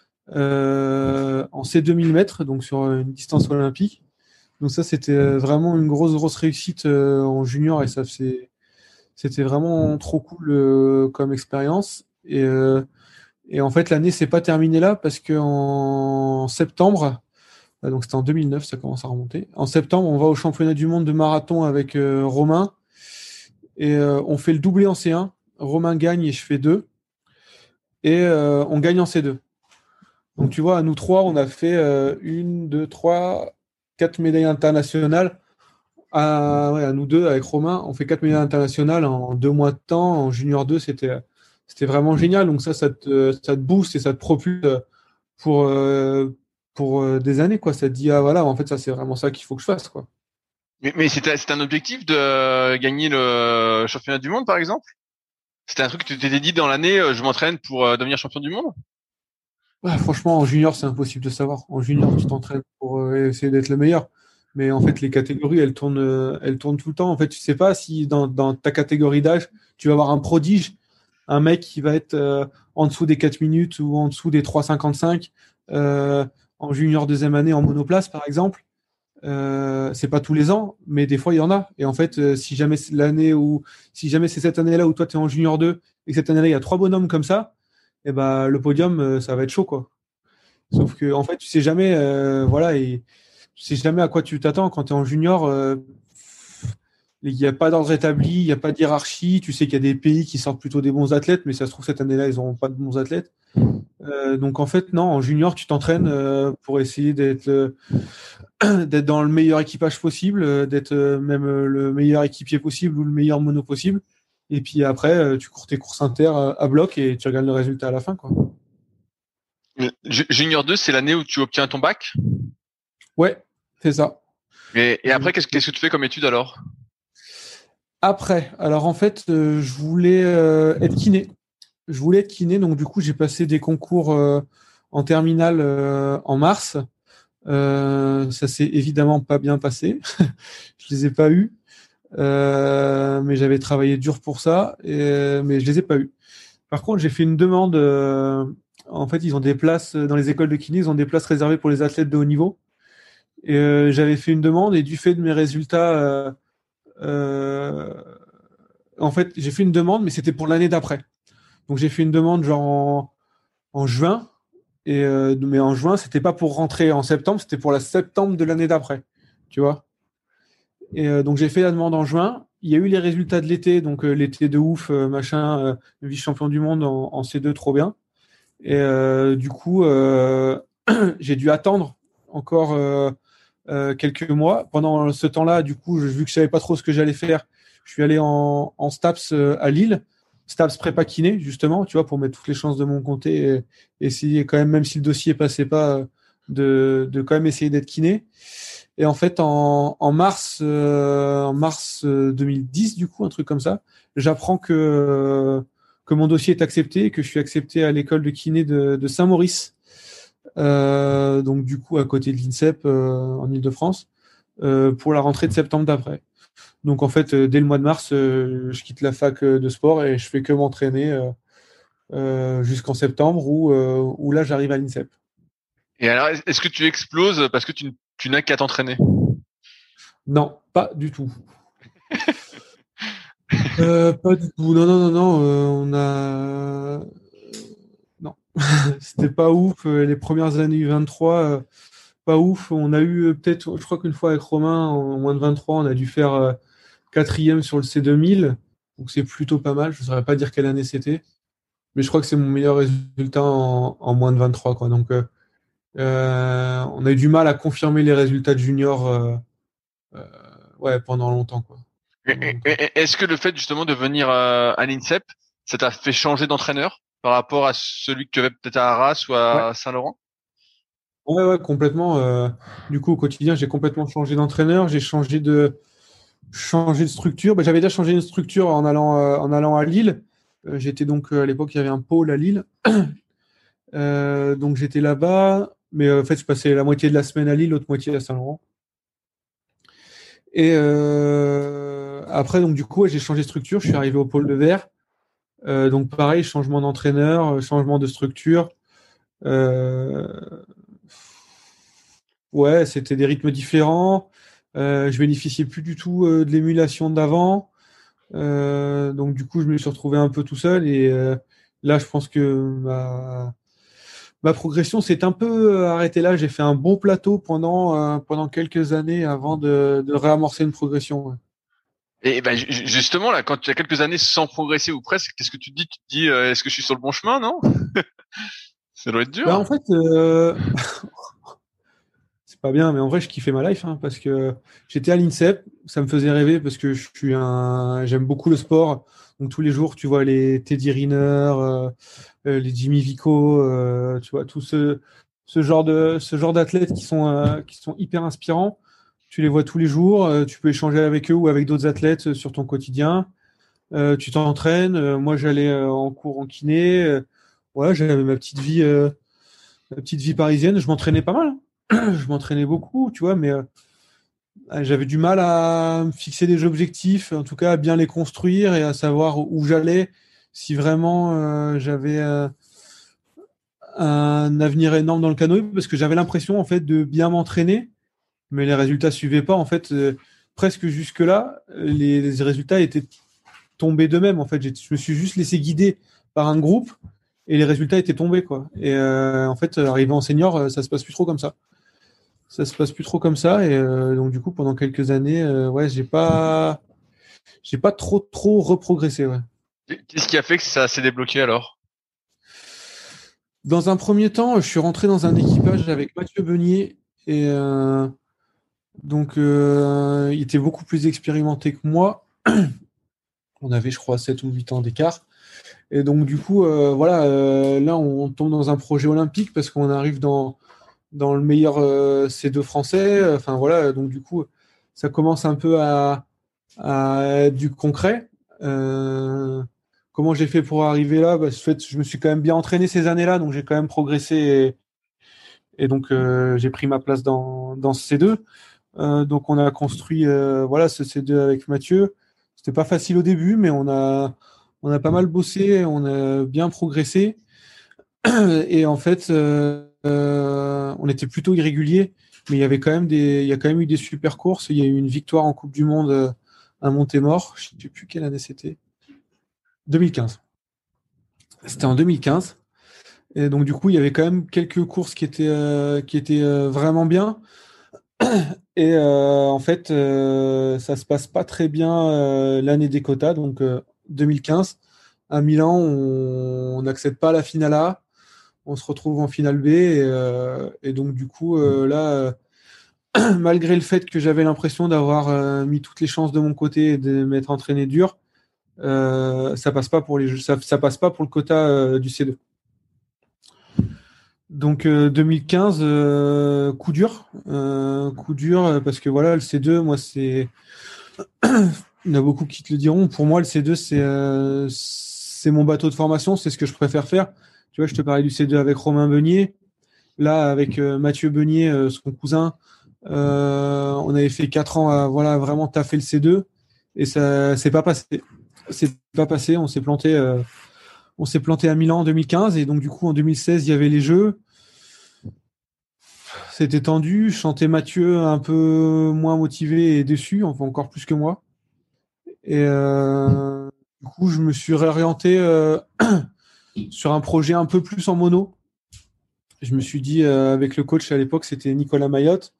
en C2000 mètres, donc sur une distance olympique. Donc ça, c'était vraiment une grosse réussite en junior et c'était vraiment trop cool comme expérience. Et en fait, l'année s'est pas terminée là parce que en septembre, donc c'était en 2009, ça commence à remonter. En septembre, on va au championnat du monde de marathon avec Romain et on fait le doublé en C1. Romain gagne et je fais 2. Et on gagne en C2. Donc tu vois, à nous 3, on a fait 1, 2, 3, 4 médailles internationales. À nous 2, avec Romain, on fait 4 médailles internationales en 2 mois de temps. En junior 2, c'était vraiment génial. Donc ça te booste et ça te propulse pour, des années, quoi. Ça te dit, ah voilà, en fait, ça, c'est vraiment ça qu'il faut que je fasse, quoi. Mais c'était un objectif de gagner le championnat du monde, par exemple? C'était un truc que tu t'étais dit dans l'année, je m'entraîne pour devenir champion du monde? Ouais, franchement, en junior, c'est impossible de savoir. En junior, tu t'entraînes pour essayer d'être le meilleur. Mais en fait, les catégories, elles tournent tout le temps. En fait, tu sais pas si dans ta catégorie d'âge, tu vas avoir un prodige, un mec qui va être en dessous des 4 minutes ou en dessous des 3,55 en junior deuxième année en monoplace, par exemple. C'est pas tous les ans, mais des fois, il y en a. Et en fait, si jamais c'est cette année-là où toi, tu es en junior 2 et que cette année-là, il y a 3 bonhommes comme ça, et ben le podium, ça va être chaud, quoi. Sauf que, en fait, tu sais jamais, voilà, et tu sais jamais à quoi tu t'attends quand tu es en junior. Il n'y a pas d'ordre établi, il n'y a pas de hiérarchie. Tu sais qu'il y a des pays qui sortent plutôt des bons athlètes, mais ça se trouve cette année-là, ils n'auront pas de bons athlètes. Donc en fait, non, en junior, tu t'entraînes pour essayer d'être dans le meilleur équipage possible, d'être même le meilleur équipier possible ou le meilleur mono possible. Et puis après, tu cours tes courses inter à bloc et tu regardes le résultat à la fin, quoi. Junior 2, c'est l'année où tu obtiens ton bac? Ouais, c'est ça. Et après, qu'est-ce que tu fais comme étude alors? Après, alors en fait, je voulais être kiné. Je voulais être kiné, donc du coup, j'ai passé des concours en terminale en mars. Ça s'est évidemment pas bien passé. Je les ai pas eus, mais j'avais travaillé dur pour ça, mais je les ai pas eus. Par contre, j'ai fait une demande. En fait, ils ont des places dans les écoles de kiné, ils ont des places réservées pour les athlètes de haut niveau. Et j'avais fait une demande et du fait de mes résultats, en fait, j'ai fait une demande, mais c'était pour l'année d'après. Donc j'ai fait une demande genre en juin. Mais en juin, c'était pas pour rentrer en septembre, c'était pour la septembre de l'année d'après. Tu vois? Et donc j'ai fait la demande en juin. Il y a eu les résultats de l'été, donc l'été de ouf, machin, vice-champion du monde en C2, trop bien. Et du coup, j'ai dû attendre encore quelques mois. Pendant ce temps-là, du coup, vu que je savais pas trop ce que j'allais faire, je suis allé en STAPS à Lille, STAPS prépa kiné, justement, tu vois, pour mettre toutes les chances de mon côté et essayer quand même, même si le dossier passait pas, de quand même essayer d'être kiné. Et en fait, en mars 2010, du coup, un truc comme ça, j'apprends que mon dossier est accepté et que je suis accepté à l'école de kiné de Saint-Maurice. Donc du coup à côté de l'INSEP en Île-de-France pour la rentrée de septembre d'après. Donc en fait dès le mois de mars je quitte la fac de sport et je fais que m'entraîner jusqu'en septembre où là j'arrive à l'INSEP. Et alors, est-ce que tu exploses parce que tu n'as qu'à t'entraîner? Non, pas du tout. Pas du tout. Non. On a non, c'était pas ouf. Les premières années U23, pas ouf. On a eu peut-être, je crois qu'une fois avec Romain, en moins de 23, on a dû faire quatrième sur le C2000. Donc c'est plutôt pas mal. Je ne saurais pas dire quelle année c'était. Mais je crois que c'est mon meilleur résultat en moins de 23, quoi. Donc on a eu du mal à confirmer les résultats de junior euh, ouais, pendant longtemps, quoi. Pendant longtemps. Est-ce que le fait justement de venir à l'INSEP, ça t'a fait changer d'entraîneur par rapport à celui que tu avais peut-être à Arras ou Ouais. à Saint-Laurent? Ouais, complètement. Du coup, au quotidien, j'ai complètement changé d'entraîneur. J'ai changé de. changer de structure. J'avais déjà changé de structure en allant à Lille. J'étais donc à l'époque, il y avait un pôle à Lille. Donc j'étais là-bas, mais en fait, je passais la moitié de la semaine à Lille, l'autre moitié à Saint-Laurent. Et après, donc du coup, j'ai changé de structure. Je suis arrivé au pôle de verre. Donc pareil, changement d'entraîneur, changement de structure. Ouais, c'était des rythmes différents. Je bénéficiais plus du tout de l'émulation d'avant. Donc du coup, je me suis retrouvé un peu tout seul. Et là, je pense que ma progression s'est un peu arrêtée là. J'ai fait un bon plateau pendant quelques années avant de réamorcer une progression. Ouais. Et ben justement là, quand tu as quelques années sans progresser ou presque, qu'est-ce que tu te dis? Tu te dis, est-ce que je suis sur le bon chemin, non? Ça doit être dur. En fait, c'est pas bien, mais en vrai, je kiffais ma life parce que j'étais à l'INSEP, ça me faisait rêver parce que j'aime beaucoup le sport. Donc tous les jours, tu vois les Teddy Riner, les Jimmy Vico, tu vois tout ce genre d'athlètes qui sont hyper inspirants. Tu les vois tous les jours, tu peux échanger avec eux ou avec d'autres athlètes sur ton quotidien. Tu t'entraînes. Moi, j'allais en cours en kiné. Ouais, j'avais ma petite vie parisienne. Je m'entraînais pas mal. Je m'entraînais beaucoup, tu vois, mais j'avais du mal à me fixer des objectifs, en tout cas à bien les construire et à savoir où j'allais, si vraiment j'avais un avenir énorme dans le canoë, parce que j'avais l'impression en fait de bien m'entraîner, mais les résultats suivaient pas. En fait, presque jusque-là, les résultats étaient tombés d'eux-mêmes. En fait, je me suis juste laissé guider par un groupe et les résultats étaient tombés, quoi. Et en fait, arrivé en senior, ça se passe plus trop comme ça. Ça se passe plus trop comme ça et donc du coup pendant quelques années ouais j'ai pas trop reprogressé ouais. Qu'est-ce qui a fait que ça s'est débloqué alors? Dans un premier temps je suis rentré dans un équipage avec Mathieu Beunier et donc il était beaucoup plus expérimenté que moi. On avait je crois 7 ou 8 ans d'écart et donc du coup voilà là on tombe dans un projet olympique parce qu'on arrive dans le meilleur C2 français. Enfin voilà, donc du coup, ça commence un peu à être du concret. Comment j'ai fait pour arriver là? En fait, je me suis quand même bien entraîné ces années-là, donc j'ai quand même progressé et donc j'ai pris ma place dans ce C2. Donc on a construit voilà ce C2 avec Mathieu. C'était pas facile au début, mais on a pas mal bossé, on a bien progressé. Et en fait, on était plutôt irrégulier, mais il y a quand même eu des super courses. Il y a eu une victoire en Coupe du Monde à Montémort. Je ne sais plus quelle année c'était. 2015. C'était en 2015. Et donc du coup, il y avait quand même quelques courses qui étaient vraiment bien. Et en fait, ça se passe pas très bien l'année des quotas, donc 2015. À Milan, on n'accède pas à la finale A. On se retrouve en finale B et donc du coup là malgré le fait que j'avais l'impression d'avoir mis toutes les chances de mon côté et de m'être entraîné dur, ça passe pas pour ça passe pas pour le quota du C2. Donc 2015 coup dur parce que voilà le C2 moi c'est il y en a beaucoup qui te le diront, pour moi le C2 c'est mon bateau de formation, c'est ce que je préfère faire. Tu vois, je te parlais du C2 avec Romain Beunier. Là, avec Mathieu Beunier, son cousin, on avait fait 4 ans à voilà, vraiment taffer le C2 et ça s'est pas passé. C'est pas passé, on s'est planté à Milan en 2015 et donc du coup en 2016, il y avait les Jeux. C'était tendu, je sentais Mathieu un peu moins motivé et déçu, enfin encore plus que moi. Et du coup, je me suis réorienté sur un projet un peu plus en mono. Je me suis dit, avec le coach à l'époque, c'était Nicolas Mayotte.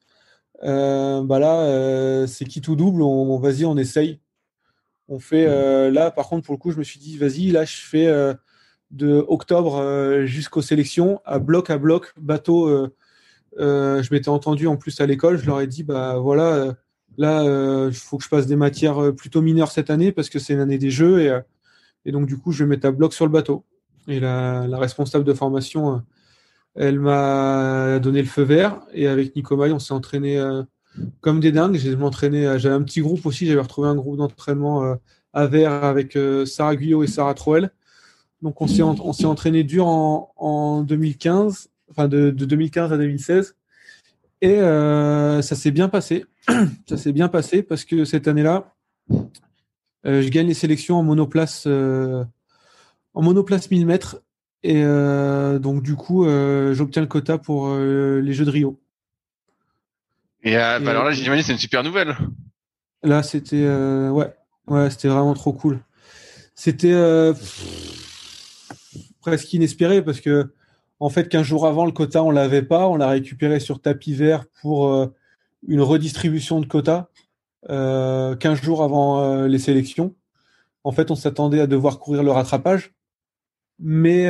Là, c'est qui tout double, vas-y, on essaye. On fait là, par contre, pour le coup, je me suis dit, vas-y, là, je fais de octobre jusqu'aux sélections, à bloc, bateau. Je m'étais entendu en plus à l'école, je leur ai dit, bah voilà, là, il faut que je passe des matières plutôt mineures cette année parce que c'est l'année des Jeux et donc, du coup, je vais mettre à bloc sur le bateau. Et la responsable de formation, elle m'a donné le feu vert et avec Nico Maille, on s'est entraîné comme des dingues. J'ai m'entraîné. J'avais un petit groupe aussi. J'avais retrouvé un groupe d'entraînement à Vers avec Sarah Guyot et Sarah Troel. Donc on s'est entraîné dur en 2015, enfin de 2015 à 2016. Et ça s'est bien passé. Ça s'est bien passé parce que cette année-là, je gagne les sélections en monoplace 1000 mètres. Et donc, du coup, j'obtiens le quota pour les Jeux de Rio. Et alors là, j'imagine c'est une super nouvelle. Là, c'était ouais, c'était vraiment trop cool. C'était presque inespéré parce que, en fait, 15 jours avant, le quota, on l'avait pas. On l'a récupéré sur tapis vert pour une redistribution de quota 15 jours avant les sélections. En fait, on s'attendait à devoir courir le rattrapage. Mais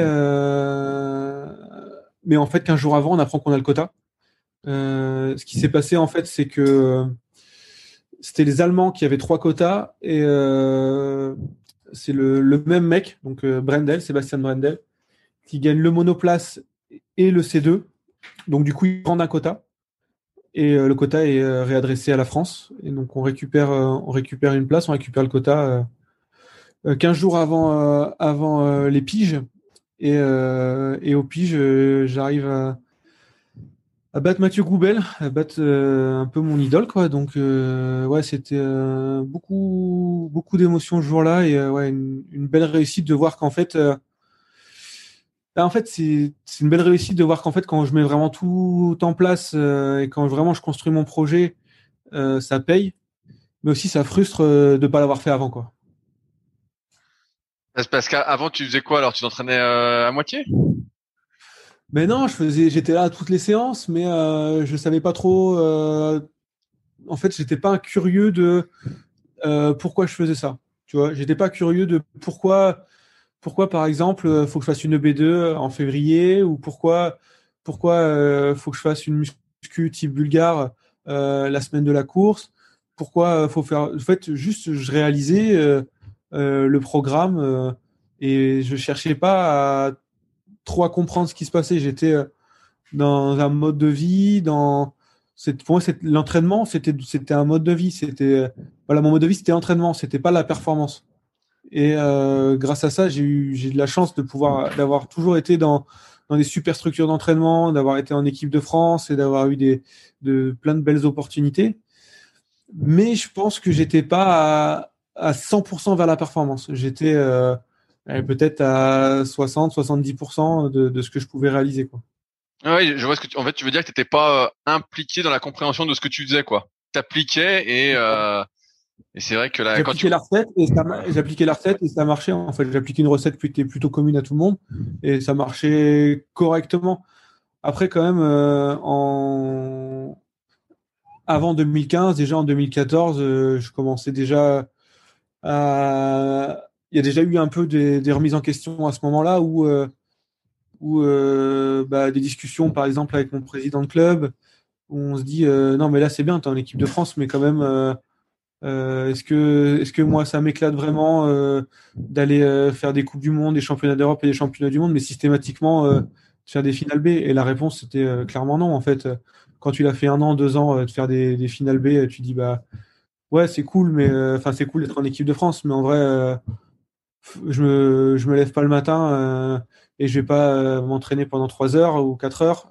en fait, 15 jours avant, on apprend qu'on a le quota. Ce qui s'est passé, en fait, c'est que c'était les Allemands qui avaient 3 quotas et c'est le même mec, donc Brendel, Sébastien Brendel, qui gagne le monoplace et le C2. Donc, du coup, il prend un quota et le quota est réadressé à la France. Et donc, on récupère une place, on récupère le quota 15 jours avant les piges. Et au pige, j'arrive à battre Mathieu Goubel, à battre un peu mon idole, quoi. Donc, ouais, c'était beaucoup, beaucoup d'émotions ce jour-là et ouais, une belle réussite de voir qu'en fait, c'est une belle réussite de voir qu'en fait, quand je mets vraiment tout en place et quand vraiment je construis mon projet, ça paye, mais aussi ça frustre de ne pas l'avoir fait avant, quoi. Parce qu'avant, tu faisais quoi alors? Tu t'entraînais à moitié? Mais non, j'étais là à toutes les séances, mais je savais pas trop. En fait, j'étais pas curieux de pourquoi je faisais ça. Tu vois, j'étais pas curieux de pourquoi par exemple, faut que je fasse une EB2 en février ou pourquoi faut que je fasse une muscu type bulgare la semaine de la course. Pourquoi faut faire. En fait, juste, je réalisais le programme et je cherchais pas à trop à comprendre ce qui se passait. J'étais dans un mode de vie, pour moi, l'entraînement, c'était un mode de vie. Voilà, mon mode de vie, c'était l'entraînement, c'était pas la performance. Et grâce à ça, j'ai de la chance d'avoir toujours été dans des super structures d'entraînement, d'avoir été en équipe de France et d'avoir eu plein de belles opportunités. Mais je pense que j'étais pas à 100% vers la performance. J'étais peut-être à 60-70% de ce que je pouvais réaliser, quoi. Ah oui, je vois en fait, tu veux dire que t'étais pas impliqué dans la compréhension de ce que tu faisais, quoi. T'appliquais et c'est vrai que là, j'appliquais la recette et ça marchait. En fait, j'appliquais une recette qui était plutôt commune à tout le monde et ça marchait correctement. Après, quand même, avant 2015, déjà en 2014, je commençais déjà à. Il y a déjà eu un peu des remises en question à ce moment-là où des discussions, par exemple, avec mon président de club, où on se dit non, mais là, c'est bien, tu es en équipe de France, mais quand même. Est-ce que moi ça m'éclate vraiment d'aller faire des coupes du monde, des championnats d'Europe et des championnats du monde, mais systématiquement de faire des finales B? Et la réponse c'était clairement non. En fait, quand tu l'as fait 1 an, 2 ans de faire des finales B, tu dis bah ouais c'est cool, mais enfin c'est cool d'être en équipe de France, mais en vrai je me lève pas le matin et je vais pas m'entraîner pendant 3 heures ou 4 heures.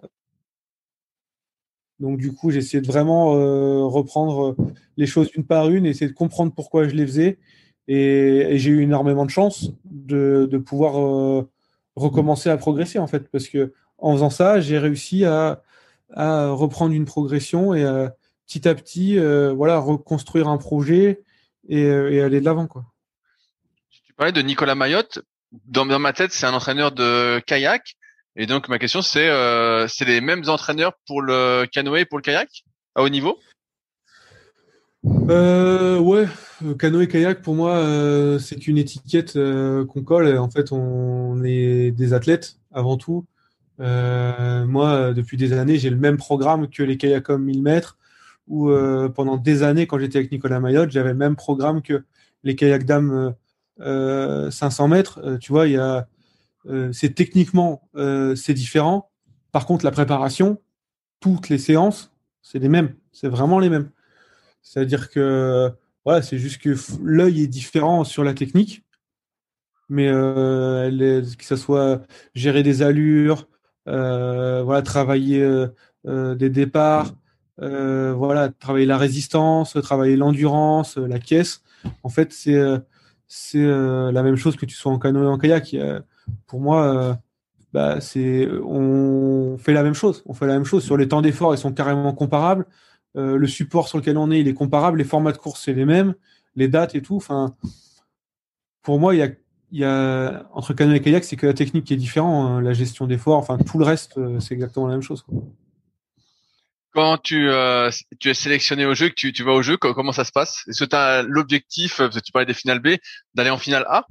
Donc du coup, j'ai essayé de vraiment reprendre les choses une par une, et essayer de comprendre pourquoi je les faisais. Et j'ai eu énormément de chance de pouvoir recommencer à progresser, en fait, parce que en faisant ça, j'ai réussi à reprendre une progression et petit à petit, voilà, reconstruire un projet et aller de l'avant, quoi. tu parlais de Nicolas Mayotte. Dans ma tête, c'est un entraîneur de kayak. Et donc, ma question, c'est les mêmes entraîneurs pour le canoë et pour le kayak à haut niveau? Ouais, canoë kayak pour moi c'est qu'une étiquette qu'on colle. En fait, on est des athlètes avant tout. Moi, depuis des années, j'ai le même programme que les kayakums 1000 mètres. Ou pendant des années, quand j'étais avec Nicolas Mayotte, j'avais le même programme que les kayaks dames 500 mètres. Tu vois, c'est techniquement c'est différent. Par contre, la préparation, toutes les séances, c'est les mêmes. C'est vraiment les mêmes. C'est-à-dire que voilà, c'est juste que l'œil est différent sur la technique, mais que ça soit gérer des allures, voilà, travailler des départs, voilà, travailler la résistance, travailler l'endurance, la caisse. En fait, c'est la même chose que tu sois en canoë ou en kayak. Pour moi, bah, on fait la même chose. On fait la même chose. Sur les temps d'effort, ils sont carrément comparables. Le support sur lequel on est, il est comparable. Les formats de course, c'est les mêmes. Les dates et tout. Enfin, pour moi, il y a entre canoë et kayak, c'est que la technique qui est différente, hein. La gestion d'effort, enfin, tout le reste, c'est exactement la même chose, quoi. Quand tu es sélectionné au jeu, que tu vas au jeu, comment ça se passe? Est-ce que tu as l'objectif, parce que tu parlais des finales B, d'aller en finale A?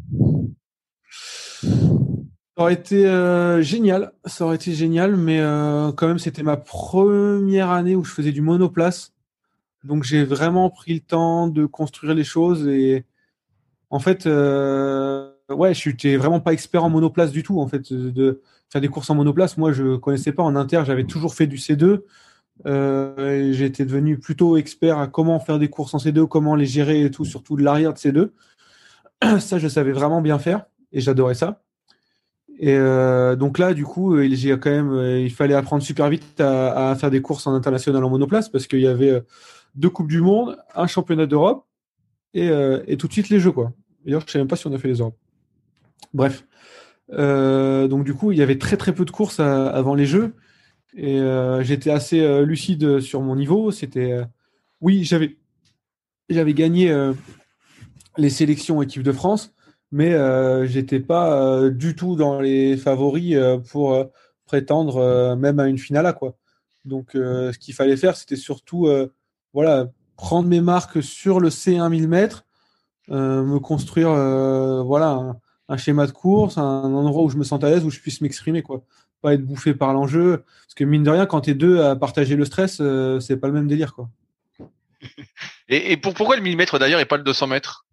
Ça aurait été génial. Ça aurait été génial, mais quand même, c'était ma première année où je faisais du monoplace. Donc, j'ai vraiment pris le temps de construire les choses et en fait, ouais, je n'étais vraiment pas expert en monoplace du tout. En fait, de faire des courses en monoplace, moi, je connaissais pas en inter. J'avais toujours fait du C2. Et j'étais devenu plutôt expert à comment faire des courses en C2, comment les gérer et tout, surtout de l'arrière de C2. Ça, je savais vraiment bien faire et j'adorais ça. Et donc là, du coup, j'ai quand même, il fallait apprendre super vite à faire des courses en international en monoplace parce qu'il y avait 2 Coupes du Monde, un championnat d'Europe et tout de suite les Jeux, quoi. D'ailleurs, je ne sais même pas si on a fait les Europes. Bref. Donc du coup, il y avait très très peu de courses avant les Jeux et j'étais assez lucide sur mon niveau. Oui, j'avais gagné les sélections équipe de France, mais j'étais pas du tout dans les favoris pour prétendre même à une finale A, quoi. Donc ce qu'il fallait faire, c'était surtout voilà, prendre mes marques sur le C1 1000 mètres, me construire voilà, un schéma de course, un endroit où je me sente à l'aise, où je puisse m'exprimer, quoi. Pas être bouffé par l'enjeu. Parce que mine de rien, quand t'es deux à partager le stress, c'est pas le même délire, quoi. Et pourquoi le 1000 mètres d'ailleurs et pas le 200 mètres?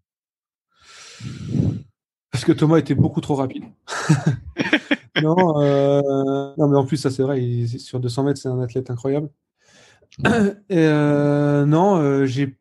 Parce que Thomas était beaucoup trop rapide. Non, non, mais en plus, ça c'est vrai, sur 200 mètres, c'est un athlète incroyable. Et non, j'ai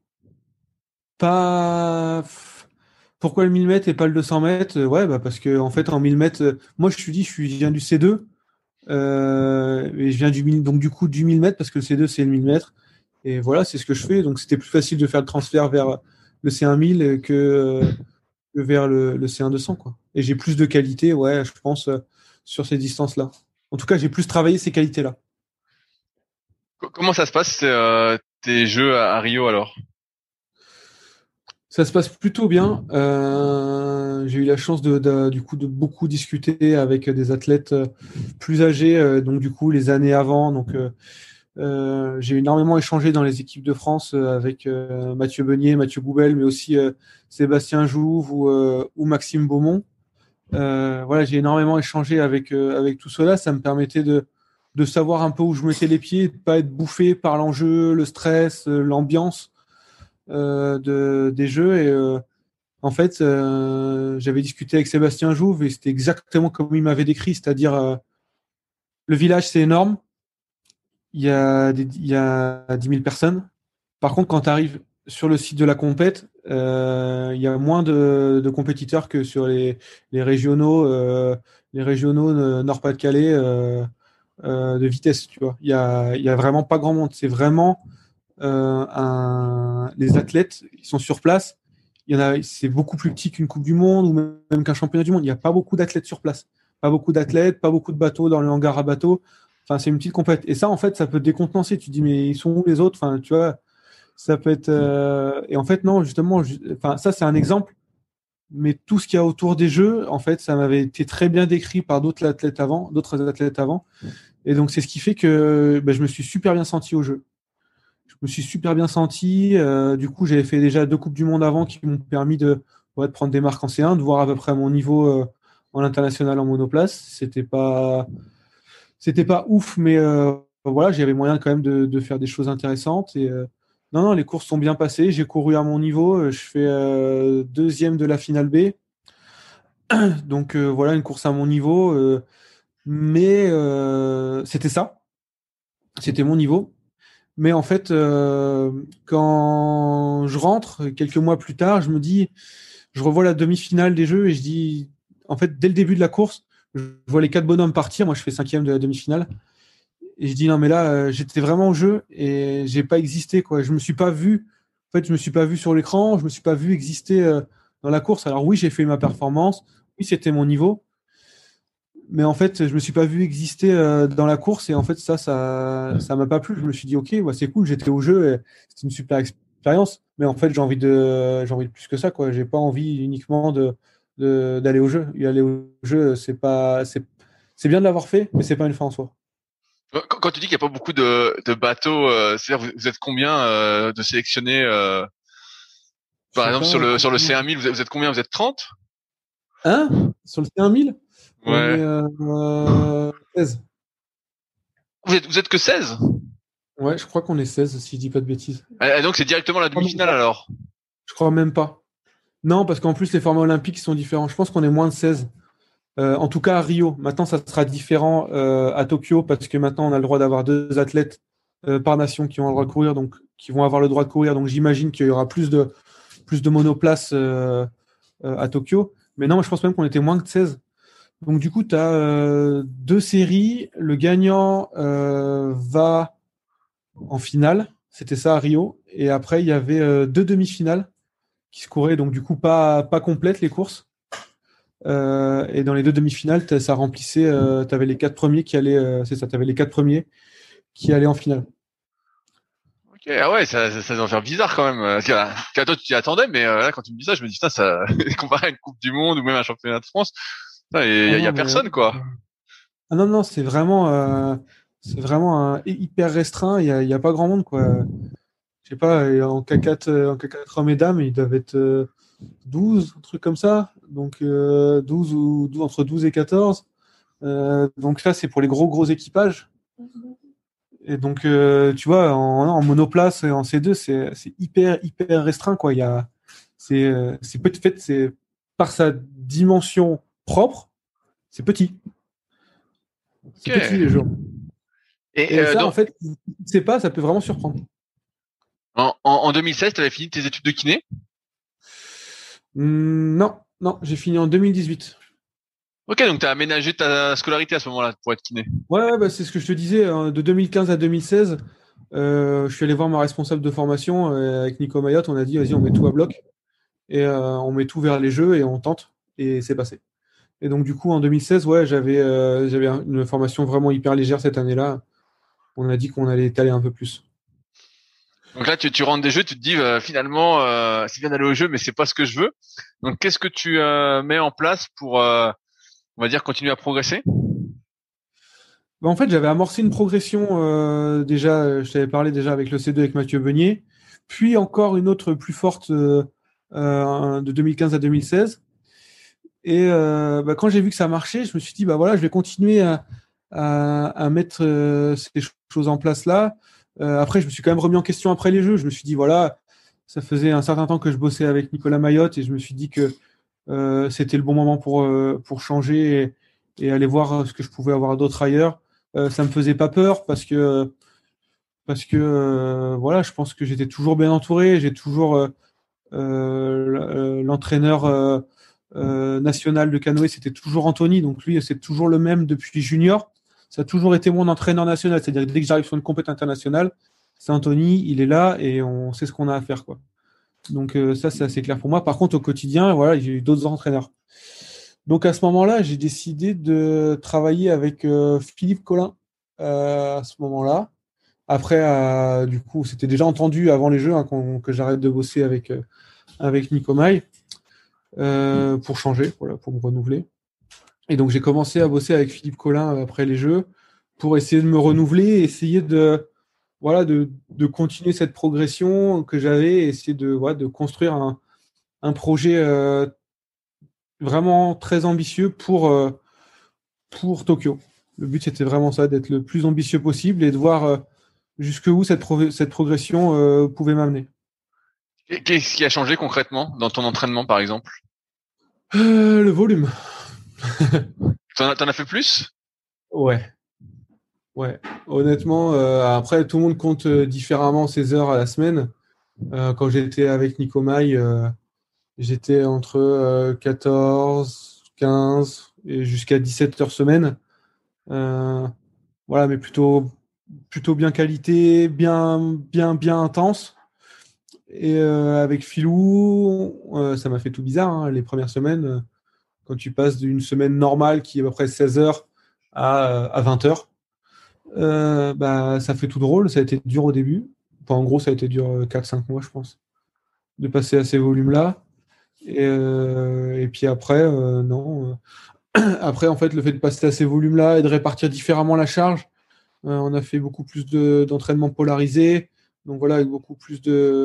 pas. Pourquoi le 1000 mètres et pas le 200 mètres? Ouais, bah parce que en fait, en 1000 mètres, moi je viens du C2, et je viens donc du coup du 1000 mètres parce que le C2 c'est le 1000 mètres. Et voilà, c'est ce que je fais. Donc c'était plus facile de faire le transfert vers le C1000 que vers le C1 200, quoi. Et j'ai plus de qualité, ouais, je pense, sur ces distances-là. En tout cas, j'ai plus travaillé ces qualités-là. Comment ça se passe tes jeux à Rio alors? Ça se passe plutôt bien. J'ai eu la chance du coup de beaucoup discuter avec des athlètes plus âgés, donc du coup les années avant. Donc j'ai énormément échangé dans les équipes de France avec Mathieu Beugnet, Mathieu Goubel, mais aussi Sébastien Jouve ou Maxime Beaumont. Voilà, j'ai énormément échangé avec tout cela. Ça me permettait de savoir un peu où je mettais les pieds, de pas être bouffé par l'enjeu, le stress, l'ambiance des jeux. Et en fait, j'avais discuté avec Sébastien Jouve et c'était exactement comme il m'avait décrit, c'est-à-dire le village, c'est énorme. Il y a 10 000 personnes. Par contre, quand tu arrives sur le site de la compète, il y a moins de compétiteurs que sur les régionaux Nord-Pas-de-Calais de vitesse. Tu vois, il y a vraiment pas grand monde. C'est vraiment les athlètes qui sont sur place. C'est beaucoup plus petit qu'une Coupe du Monde ou même qu'un championnat du monde. Il n'y a pas beaucoup d'athlètes sur place. Pas beaucoup d'athlètes, pas beaucoup de bateaux dans le hangar à bateaux. Enfin, c'est une petite compète. Et ça, en fait, ça peut te décontenancer. Tu te dis, mais ils sont où les autres? Enfin, tu vois, ça peut être. Et en fait, non, justement, enfin, ça, c'est un exemple. Mais tout ce qu'il y a autour des jeux, en fait, ça m'avait été très bien décrit par d'autres athlètes avant. Et donc, c'est ce qui fait que je me suis super bien senti au jeu. Je me suis super bien senti. Du coup, j'avais fait déjà 2 Coupes du Monde avant qui m'ont permis de prendre des marques en C1, de voir à peu près mon niveau en international en monoplace. C'était pas ouf, mais voilà, j'avais moyen quand même de faire des choses intéressantes. Et non, non, les courses sont bien passées. J'ai couru à mon niveau. Je fais deuxième de la finale B. Donc voilà, une course à mon niveau. Mais c'était ça. C'était mon niveau. Mais en fait, quand je rentre, quelques mois plus tard, je revois la demi-finale des Jeux et je dis, en fait, dès le début de la course, je vois les 4 bonhommes partir. Moi, je fais 5e de la demi-finale. Et je dis, non, mais là, j'étais vraiment au jeu et j'ai pas existé, quoi. Je me suis pas vu. En fait, je me suis pas vu sur l'écran. Je me suis pas vu exister dans la course. Alors oui, j'ai fait ma performance. Oui, c'était mon niveau. Mais en fait, je me suis pas vu exister dans la course et en fait, ça m'a pas plu. Je me suis dit, ok, ouais, c'est cool, j'étais au jeu et c'était une super expérience. Mais en fait, j'ai envie de plus que ça, quoi. J'ai pas envie uniquement d'aller au jeu. Y aller au jeu, c'est bien de l'avoir fait, mais c'est pas une fin en soi. Quand tu dis qu'il n'y a pas beaucoup de bateaux, c'est-à-dire vous êtes combien de sélectionnés Je par sais exemple pas. sur le C1000, vous êtes combien? Vous êtes 30? Hein? Sur le C1000, on Ouais. est 16. Vous êtes que 16? Ouais, je crois qu'on est 16, si je dis pas de bêtises. Donc c'est directement la demi-finale alors. Je crois même pas. Non, parce qu'en plus, les formats olympiques sont différents. Je pense qu'on est moins de 16. En tout cas, à Rio. Maintenant, ça sera différent à Tokyo parce que maintenant, on a le droit d'avoir 2 athlètes par nation qui ont le droit de courir, donc qui vont avoir le droit de courir. Donc, j'imagine qu'il y aura plus de monoplaces à Tokyo. Mais non, moi, je pense même qu'on était moins que 16. Donc, du coup, tu as 2 séries. Le gagnant va en finale. C'était ça à Rio. Et après, il y avait 2 demi-finales qui se couraient. Donc, du coup, pas complètes les courses. Et dans les 2 demi-finales, ça remplissait. Tu avais les 4 premiers qui allaient. C'est ça, tu avais les 4 premiers qui allaient en finale. Ok, ah ouais, ça doit faire bizarre quand même. Parce que toi tu t'y attendais, mais là quand tu me dis ça, je me dis putain, ça comparé à une Coupe du Monde ou même à un championnat de France, il Ah y a non, personne quoi. ah non, non, c'est vraiment hyper restreint. Il y a pas grand monde, quoi. Je sais pas, en K4, hommes et dames, ils doivent être 12, un truc comme ça. Donc 12 ou 12, entre 12 et 14. Donc ça, c'est pour les gros équipages. Et donc, tu vois, en monoplace et en C2, c'est hyper restreint, quoi. C'est peut-être c'est par sa dimension propre, c'est petit. C'est petit les Ok. jeux. Et Et ça, en donc fait, si tu ne sais pas, ça peut vraiment surprendre. en 2016, tu avais fini tes études de kiné? Non, non, j'ai fini en 2018. Ok, donc tu as aménagé ta scolarité à ce moment-là pour être kiné. Ouais, bah, c'est ce que je te disais, hein, de 2015 à 2016, je suis allé voir ma responsable de formation avec Nico Mayotte. On a dit, vas-y, on met tout à bloc et on met tout vers les jeux et on tente. Et c'est passé. Et donc, du coup, en 2016, ouais, j'avais une formation vraiment hyper légère cette année-là. On a dit qu'on allait étaler un peu plus. Donc là, tu rentres des jeux, tu te dis finalement, c'est bien d'aller au jeu, mais c'est pas ce que je veux. Donc qu'est-ce que tu mets en place pour, on va dire, continuer à progresser? Bah, en fait, j'avais amorcé une progression déjà, je t'avais parlé déjà avec le C2 avec Mathieu Beugnier, puis encore une autre plus forte de 2015 à 2016. Et bah, quand j'ai vu que ça marchait, je me suis dit, bah voilà, je vais continuer à mettre ces choses en place là. Après, je me suis quand même remis en question après les jeux. Je me suis dit, voilà, ça faisait un certain temps que je bossais avec Nicolas Mayotte et je me suis dit que c'était le bon moment pour changer et aller voir ce que je pouvais avoir d'autre ailleurs. Ça me faisait pas peur parce que voilà, je pense que j'étais toujours bien entouré. J'ai toujours l'entraîneur national de canoë, c'était toujours Anthony. Donc lui, c'est toujours le même depuis junior. Ça a toujours été mon entraîneur national. C'est-à-dire que dès que j'arrive sur une compétition internationale, c'est Anthony, il est là et on sait ce qu'on a à faire, quoi. Donc ça, c'est assez clair pour moi. Par contre, au quotidien, voilà, j'ai eu d'autres entraîneurs. Donc à ce moment-là, j'ai décidé de travailler avec Philippe Collin à ce moment-là. Après, du coup, c'était déjà entendu avant les jeux hein, que j'arrête de bosser avec Nico Maï pour changer, voilà, pour me renouveler. Et donc j'ai commencé à bosser avec Philippe Collin après les jeux pour essayer de me renouveler, essayer voilà, de continuer cette progression que j'avais, essayer voilà, de construire un projet vraiment très ambitieux pour Tokyo. Le but, c'était vraiment ça, d'être le plus ambitieux possible et de voir jusqu'où cette progression pouvait m'amener. Qu'est-ce qui a changé concrètement dans ton entraînement, par exemple? Le volume. T'en as fait plus? Ouais. Ouais, honnêtement, après tout le monde compte différemment ses heures à la semaine. Quand j'étais avec Nico Maille, j'étais entre 14, 15 et jusqu'à 17 heures semaine. Voilà, mais plutôt bien qualité, bien intense. Et avec Philou, ça m'a fait tout bizarre, hein, les premières semaines. Quand tu passes d'une semaine normale qui est à peu près 16 heures à 20 heures, bah, ça fait tout drôle. Ça a été dur au début. Enfin, en gros, ça a été dur 4-5 mois, je pense, de passer à ces volumes-là. Et puis après, non. Après, en fait, le fait de passer à ces volumes-là et de répartir différemment la charge, on a fait beaucoup plus d'entraînement polarisé. Donc voilà, avec beaucoup plus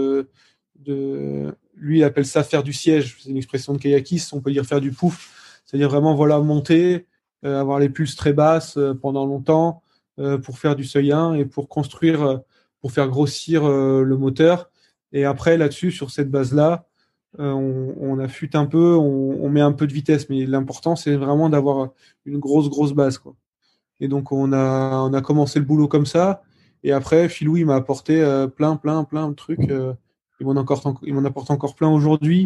Lui, il appelle ça faire du siège. C'est une expression de kayakiste. On peut dire faire du pouf. C'est-à-dire vraiment voilà, monter, avoir les pulses très basses pendant longtemps pour faire du seuil 1 et pour construire, pour faire grossir le moteur. Et après, là-dessus, sur cette base-là, on affûte un peu, on met un peu de vitesse. Mais l'important, c'est vraiment d'avoir une grosse base, quoi. Et donc, on a commencé le boulot comme ça. Et après, Philou, il m'a apporté plein de trucs. Il m'en apporte encore plein aujourd'hui.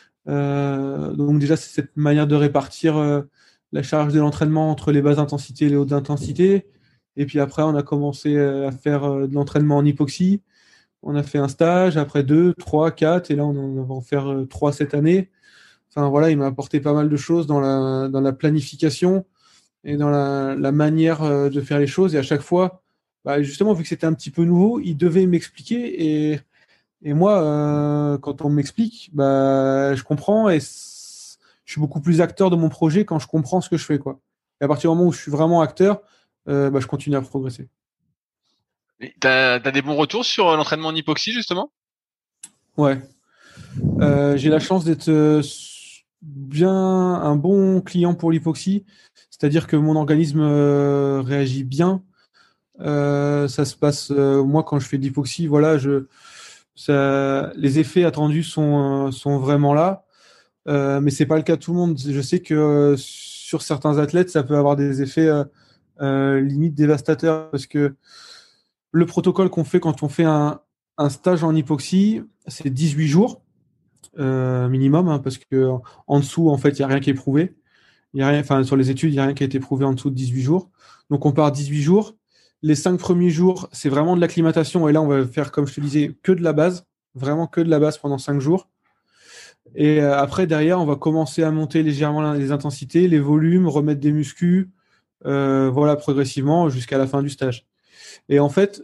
Donc, déjà, c'est cette manière de répartir la charge de l'entraînement entre les basses intensités et les hautes intensités. Et puis après, on a commencé à faire de l'entraînement en hypoxie. On a fait un stage, après 2, 3, 4. Et là, on va en faire 3 cette année. Enfin, voilà, il m'a apporté pas mal de choses dans la planification et dans la manière de faire les choses. Et à chaque fois, bah, justement, vu que c'était un petit peu nouveau, il devait m'expliquer. Et moi, quand on m'explique, bah, je comprends et je suis beaucoup plus acteur de mon projet quand je comprends ce que je fais, quoi. Et à partir du moment où je suis vraiment acteur, bah, je continue à progresser. T'as des bons retours sur l'entraînement en hypoxie, justement? Ouais. J'ai la chance d'être bien un bon client pour l'hypoxie. C'est-à-dire que mon organisme réagit bien. Ça se passe, moi, quand je fais de l'hypoxie, voilà, les effets attendus sont vraiment là. Mais c'est pas le cas de tout le monde. Je sais que sur certains athlètes, ça peut avoir des effets limite dévastateurs parce que le protocole qu'on fait quand on fait un stage en hypoxie, c'est 18 jours minimum, hein, parce que en dessous, en fait, il n'y a rien qui est prouvé. Il y a rien, enfin, sur les études, il n'y a rien qui a été prouvé en dessous de 18 jours. Donc, on part 18 jours. Les 5 premiers jours, c'est vraiment de l'acclimatation. Et là, on va faire, comme je te disais, que de la base. Vraiment que de la base pendant 5 jours. Et après, derrière, on va commencer à monter légèrement les intensités, les volumes, remettre des muscles, voilà, progressivement jusqu'à la fin du stage. Et en fait,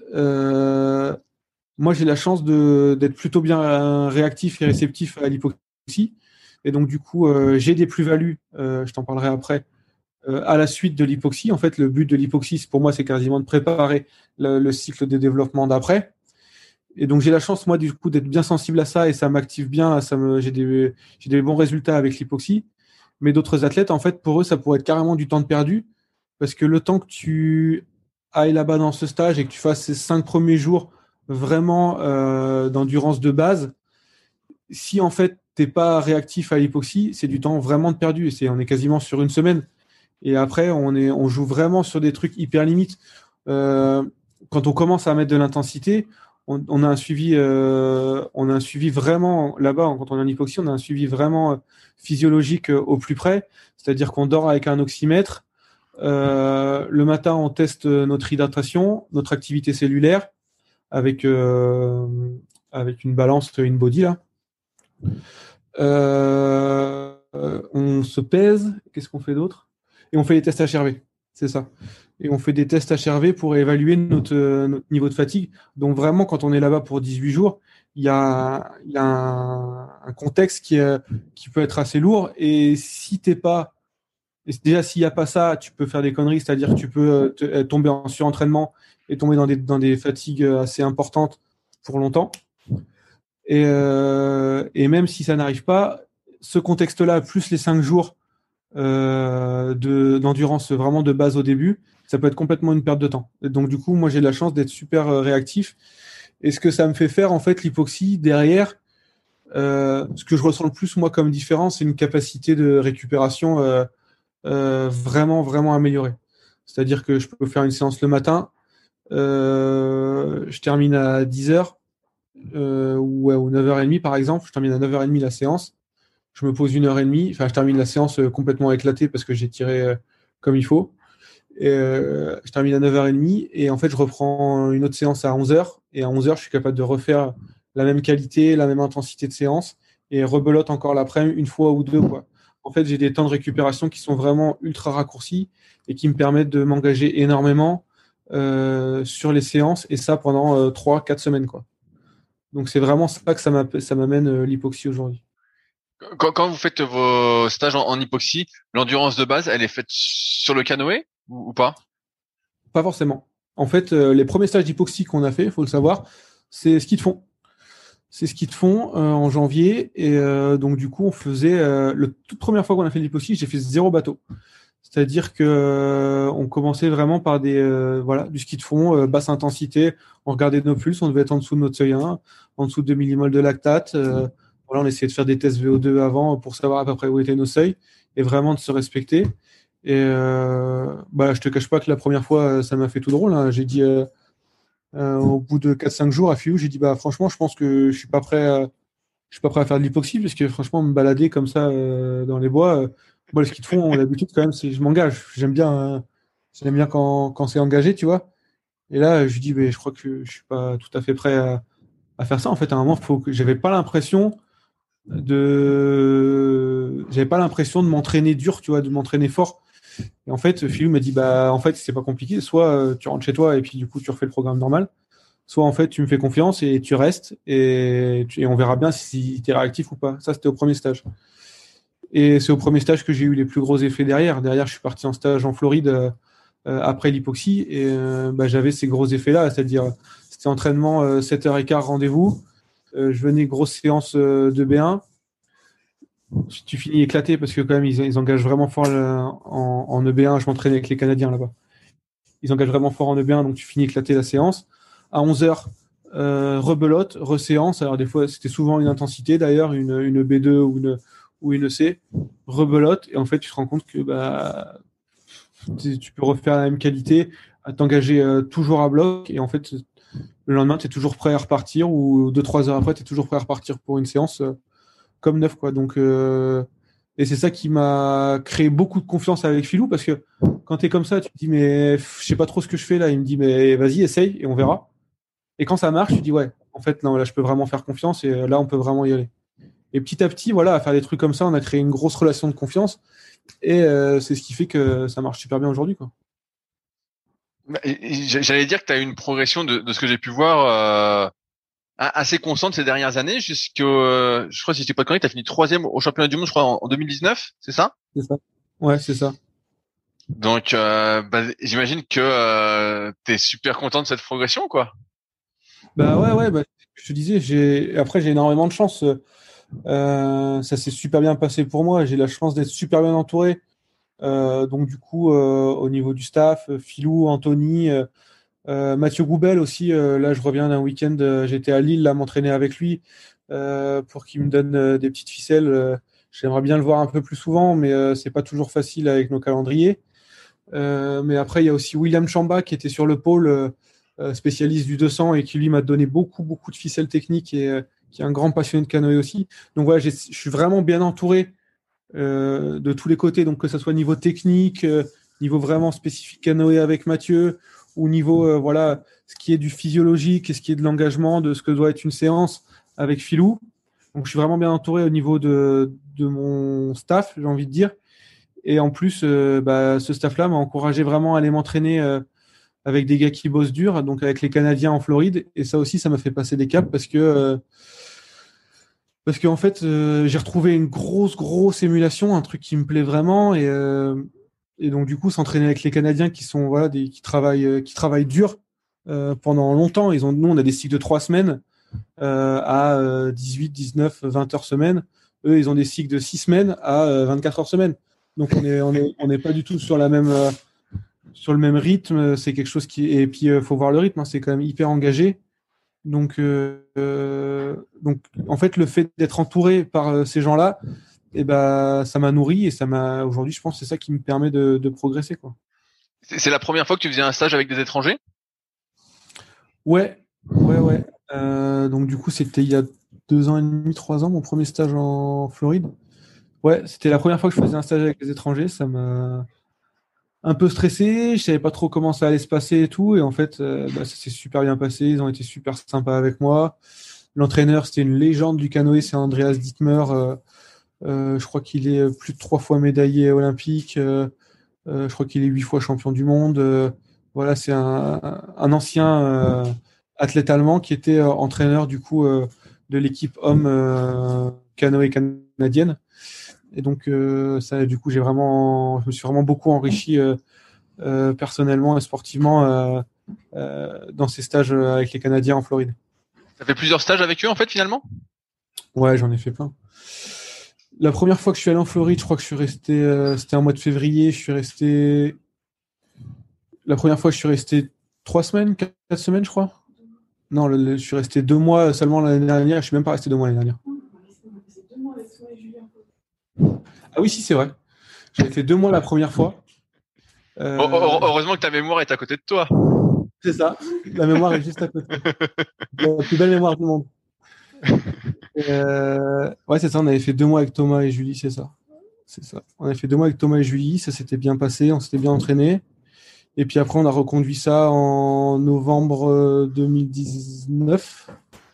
moi, j'ai la chance d'être plutôt bien réactif et réceptif à l'hypoxie. Et donc, du coup, j'ai des plus-values, je t'en parlerai après, à la suite de l'hypoxie. En fait, le but de l'hypoxie, pour moi, c'est quasiment de préparer le cycle de développement d'après. Et donc, j'ai la chance, moi, du coup, d'être bien sensible à ça et ça m'active bien. J'ai des bons résultats avec l'hypoxie. Mais d'autres athlètes, en fait, pour eux, ça pourrait être carrément du temps de perdu parce que le temps que tu ailles là-bas dans ce stage et que tu fasses ces 5 premiers jours vraiment d'endurance de base, si en fait t'es pas réactif à l'hypoxie, c'est du temps vraiment de perdu. On est quasiment sur une semaine. Et après, on joue vraiment sur des trucs hyper limites. Quand on commence à mettre de l'intensité, on a un suivi vraiment là-bas. Quand on est en hypoxie, on a un suivi vraiment physiologique au plus près. C'est-à-dire qu'on dort avec un oxymètre. Le matin, on teste notre hydratation, notre activité cellulaire avec une balance InBody là. On se pèse. Qu'est-ce qu'on fait d'autre? Et on fait des tests HRV. C'est ça. Et on fait des tests HRV pour évaluer notre niveau de fatigue. Donc vraiment, quand on est là-bas pour 18 jours, il y a un contexte qui peut être assez lourd. Et si t'es pas... Déjà, s'il n'y a pas ça, tu peux faire des conneries. C'est-à-dire que tu peux tomber en surentraînement et tomber dans des fatigues assez importantes pour longtemps. Et même si ça n'arrive pas, ce contexte-là, plus les 5 jours d'endurance vraiment de base au début, ça peut être complètement une perte de temps. Et donc du coup, moi j'ai la chance d'être super réactif. Et ce que ça me fait faire, en fait, l'hypoxie, derrière, ce que je ressens le plus, moi, comme différence, c'est une capacité de récupération vraiment améliorée. C'est-à-dire que je peux faire une séance le matin, je termine à 10h ou 9h30 par exemple. Je termine à 9h30 la séance. Je me pose 1h30. Enfin, je termine la séance complètement éclatée parce que j'ai tiré comme il faut. Et, je termine à 9h30 et en fait, je reprends une autre séance à 11h. Et à 11h, je suis capable de refaire la même qualité, la même intensité de séance et rebelote encore l'après-midi une fois ou deux, quoi. En fait, j'ai des temps de récupération qui sont vraiment ultra raccourcis et qui me permettent de m'engager énormément sur les séances et ça pendant 3-4 semaines, quoi. Donc, c'est vraiment ça que ça m'amène l'hypoxie aujourd'hui. Quand vous faites vos stages en hypoxie, l'endurance de base, elle est faite sur le canoë ou pas? Pas forcément. En fait, les premiers stages d'hypoxie qu'on a fait, il faut le savoir, c'est ski de fond. C'est ski de fond en janvier. Et donc, du coup, on faisait. La toute première fois qu'on a fait de l'hypoxie, j'ai fait 0 bateau. C'est-à-dire que on commençait vraiment par du ski de fond, basse intensité. On regardait nos pulses, on devait être en dessous de notre seuil 1, en dessous de 2 millimoles de lactate. Voilà, on essayait de faire des tests VO2 avant pour savoir à peu près où étaient nos seuils et vraiment de se respecter. Et je te cache pas que la première fois, ça m'a fait tout drôle, hein. J'ai dit au bout de 4-5 jours à Filou, j'ai dit franchement, je pense que je suis pas prêt à faire de l'hypoxie parce que franchement, me balader comme ça dans les bois, moi, le ski de fond, d'habitude, quand même, je m'engage. J'aime bien quand c'est engagé, tu vois. Et là, je lui dis, je crois que je suis pas tout à fait prêt à faire ça. En fait, à un moment, j'avais pas l'impression de m'entraîner dur, tu vois, de m'entraîner fort. Et en fait, Philou m'a dit, en fait, c'est pas compliqué. Soit tu rentres chez toi et puis du coup, tu refais le programme normal. Soit en fait, tu me fais confiance et tu restes et on verra bien si tu es réactif ou pas. Ça, c'était au premier stage. Et c'est au premier stage que j'ai eu les plus gros effets derrière. Derrière, je suis parti en stage en Floride après l'hypoxie et j'avais ces gros effets-là, c'est-à-dire c'était entraînement 7h15 rendez-vous. Je venais grosse séance de B1. Tu finis éclaté parce que quand même ils engagent vraiment fort en EB1. Je m'entraînais avec les Canadiens là-bas. Ils engagent vraiment fort en EB1, donc tu finis éclaté la séance. À 11h, rebelote, reséance. Alors des fois, c'était souvent une intensité d'ailleurs, une B2 ou une C, rebelote, et en fait, tu te rends compte que tu peux refaire la même qualité, à t'engager toujours à bloc, et en fait, le lendemain, tu es toujours prêt à repartir, ou 2-3 heures après, tu es toujours prêt à repartir pour une séance comme neuf, quoi. Donc, et c'est ça qui m'a créé beaucoup de confiance avec Philou, parce que quand tu es comme ça, tu te dis, mais je sais pas trop ce que je fais là. Il me dit, mais vas-y, essaye, et on verra. Et quand ça marche, tu te dis, ouais, en fait, non, là, je peux vraiment faire confiance, et là, on peut vraiment y aller. Et petit à petit, voilà, à faire des trucs comme ça, on a créé une grosse relation de confiance. Et c'est ce qui fait que ça marche super bien aujourd'hui, quoi. J'allais dire que tu as eu une progression de ce que j'ai pu voir assez constante ces dernières années, je crois, si je dis pas de conneries, tu as fini 3e au championnat du monde, je crois, en 2019, c'est ça? C'est ça. Ouais, c'est ça. Donc, j'imagine que tu es super content de cette progression, quoi. Ouais, je te disais, après, j'ai énormément de chance. Ça s'est super bien passé pour moi. J'ai la chance d'être super bien entouré. Donc, du coup, au niveau du staff, Philou, Anthony, Mathieu Goubel aussi. Là, je reviens d'un week-end. J'étais à Lille, là, m'entraîner avec lui pour qu'il me donne des petites ficelles. J'aimerais bien le voir un peu plus souvent, mais c'est pas toujours facile avec nos calendriers. Mais après, il y a aussi William Chamba qui était sur le pôle, spécialiste du 200 et qui lui m'a donné beaucoup, beaucoup de ficelles techniques et qui est un grand passionné de canoë aussi. Donc voilà, je suis vraiment bien entouré de tous les côtés, donc que ce soit niveau technique, niveau vraiment spécifique canoë avec Mathieu, ou niveau ce qui est du physiologique et ce qui est de l'engagement, de ce que doit être une séance avec Philou. Donc je suis vraiment bien entouré au niveau de mon staff, j'ai envie de dire. Et en plus, ce staff-là m'a encouragé vraiment à aller m'entraîner avec des gars qui bossent dur, donc avec les Canadiens en Floride. Et ça aussi, ça m'a fait passer des caps parce qu'en fait, j'ai retrouvé une grosse émulation, un truc qui me plaît vraiment. Et donc, du coup, s'entraîner avec les Canadiens qui sont qui travaillent dur pendant longtemps. Nous, on a des cycles de 3 semaines à 18, 19, 20 heures semaine. Eux, ils ont des cycles de 6 semaines à 24 heures semaine. Donc on n'est pas du tout sur le même rythme. C'est quelque chose et puis faut voir le rythme, hein, c'est quand même hyper engagé. Donc en fait le fait d'être entouré par ces gens-là, ça m'a nourri et aujourd'hui je pense que c'est ça qui me permet de progresser, quoi. C'est la première fois que tu faisais un stage avec des étrangers? Ouais. Donc du coup, c'était il y a 2 ans et demi, 3 ans, mon premier stage en Floride. Ouais, c'était la première fois que je faisais un stage avec les étrangers. Ça m'a un peu stressé. Je savais pas trop comment ça allait se passer et tout. Et en fait, ça s'est super bien passé. Ils ont été super sympas avec moi. L'entraîneur, c'était une légende du canoë, c'est Andreas Dittmer. Je crois qu'il est plus de 3 fois médaillé olympique. Je crois qu'il est 8 fois champion du monde. Voilà, c'est un ancien athlète allemand qui était entraîneur du coup de l'équipe homme canoë canadienne. Et donc ça, du coup, je me suis vraiment beaucoup enrichi personnellement et sportivement dans ces stages avec les Canadiens en Floride. T'as fait plusieurs stages avec eux en fait finalement? Ouais, j'en ai fait plein. La première fois que je suis allé en Floride, je crois que je suis resté, c'était un mois de février, je suis resté. La première fois, je suis resté 3 semaines, 4 semaines, je crois. Non, je suis resté 2 mois seulement l'année dernière. Je suis même pas resté 2 mois l'année dernière. Ah oui, si, c'est vrai. J'avais fait 2 mois la première fois. Heureusement que ta mémoire est à côté de toi. C'est ça. La mémoire est juste à côté. La plus belle mémoire du monde. Ouais, c'est ça. On avait fait 2 mois avec Thomas et Julie, c'est ça. C'est ça. On avait fait 2 mois avec Thomas et Julie. Ça s'était bien passé. On s'était bien entraîné. Et puis après, on a reconduit ça en novembre 2019.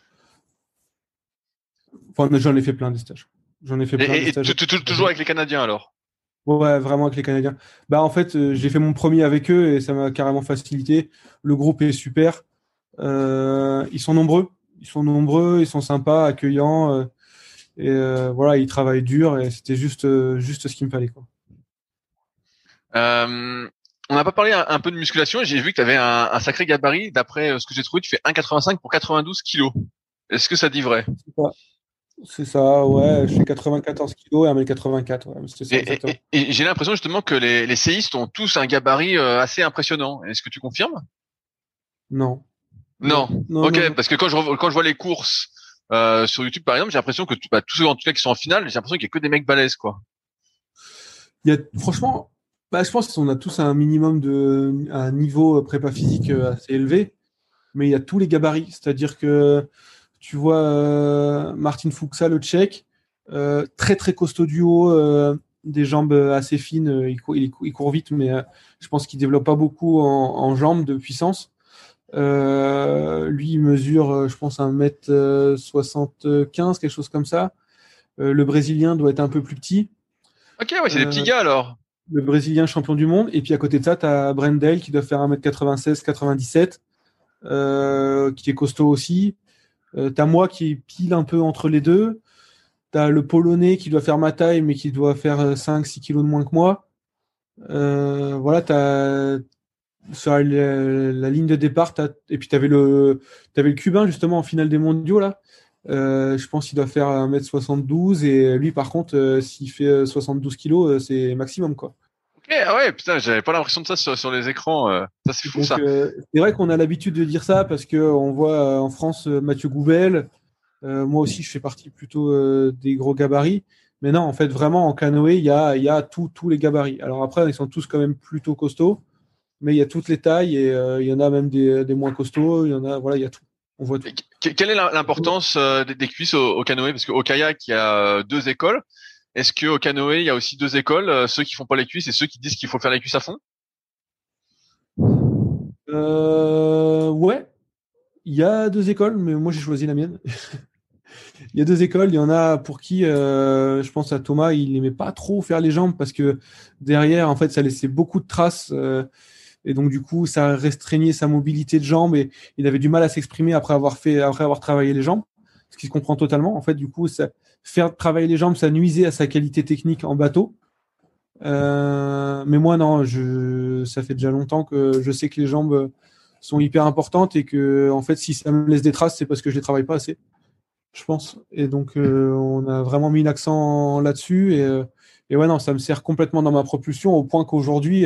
Enfin, j'en ai fait plein des stages. J'en ai fait plein des Et stages. toujours avec les Canadiens alors? Ouais, vraiment avec les Canadiens. Bah, en fait, j'ai fait mon premier avec eux et ça m'a carrément facilité. Le groupe est super. Ils sont nombreux. Ils sont sympas, accueillants. Voilà, ils travaillent dur et c'était juste ce qu'il me fallait, quoi. On n'a pas parlé un peu de musculation et j'ai vu que tu avais un sacré gabarit. D'après ce que j'ai trouvé, tu fais 1,85 pour 92 kilos. Est-ce que ça dit vrai? C'est ça, ouais. Je fais 94 kilos et 1m84. Ouais, c'est ça, exactement. Et j'ai l'impression justement que les séistes ont tous un gabarit assez impressionnant. Est-ce que tu confirmes? Non. Non. Non, non, non, Ok, non. parce que quand je vois les courses sur YouTube par exemple, j'ai l'impression que tous ceux en tout cas qui sont en finale, j'ai l'impression qu'il y a que des mecs balèzes quoi. Franchement, bah, je pense qu'on a tous un niveau prépa physique assez élevé, mais il y a tous les gabarits. C'est-à-dire que tu vois Martin Fuxa, le Tchèque, très très costaud du haut, des jambes assez fines. Il court vite, mais je pense qu'il développe pas beaucoup en jambes de puissance. Lui, il mesure, je pense, 1m75, quelque chose comme ça. Le Brésilien doit être un peu plus petit. Ok, ouais, c'est des petits Euh, gars alors. le Brésilien champion du monde. Et puis à côté de ça, tu as Brendel qui doit faire 1m96, 97, qui est costaud aussi. Tu as moi qui est pile un peu entre les deux. Tu as le Polonais qui doit faire ma taille, mais qui doit faire 5-6 kilos de moins que moi. Voilà, sur la ligne de départ, et puis t'avais le Cubain justement en finale des mondiaux là. Je pense qu'il doit faire 1m72 et lui par contre, s'il fait 72 kilos, c'est maximum quoi. Ok, ah ouais, putain, j'avais pas l'impression de ça sur les écrans. Ça c'est fou Donc, ça. c'est vrai qu'on a l'habitude de dire ça parce que on voit en France Mathieu Goubel. Moi aussi, je fais partie plutôt des gros gabarits. Mais non, en fait, vraiment, en canoë, il y a tous les gabarits. Alors après, ils sont tous quand même plutôt costauds, mais il y a toutes les tailles et il y en a même des moins costauds. Il y en a, voilà, il y a tout. On voit tout. Quelle est l'importance des cuisses au canoë? Parce qu'au kayak, il y a deux écoles. Est-ce qu'au canoë, il y a aussi deux écoles, ceux qui font pas les cuisses et ceux qui disent qu'il faut faire les cuisses à fond? Ouais, il y a 2 écoles, mais moi j'ai choisi la mienne. Il y a 2 écoles. Il y en a pour qui, je pense à Thomas, il n'aimait pas trop faire les jambes parce que derrière, en fait, ça laissait beaucoup de traces. Et donc, du coup, ça restreignait sa mobilité de jambes et il avait du mal à s'exprimer après avoir travaillé les jambes. Ce qui se comprend totalement. En fait, du coup, faire travailler les jambes, ça nuisait à sa qualité technique en bateau. Mais moi, non, ça fait déjà longtemps que je sais que les jambes sont hyper importantes et que, en fait, si ça me laisse des traces, c'est parce que je les travaille pas assez, je pense. Et donc, on a vraiment mis l'accent là-dessus. Et ouais, non, ça me sert complètement dans ma propulsion au point qu'aujourd'hui,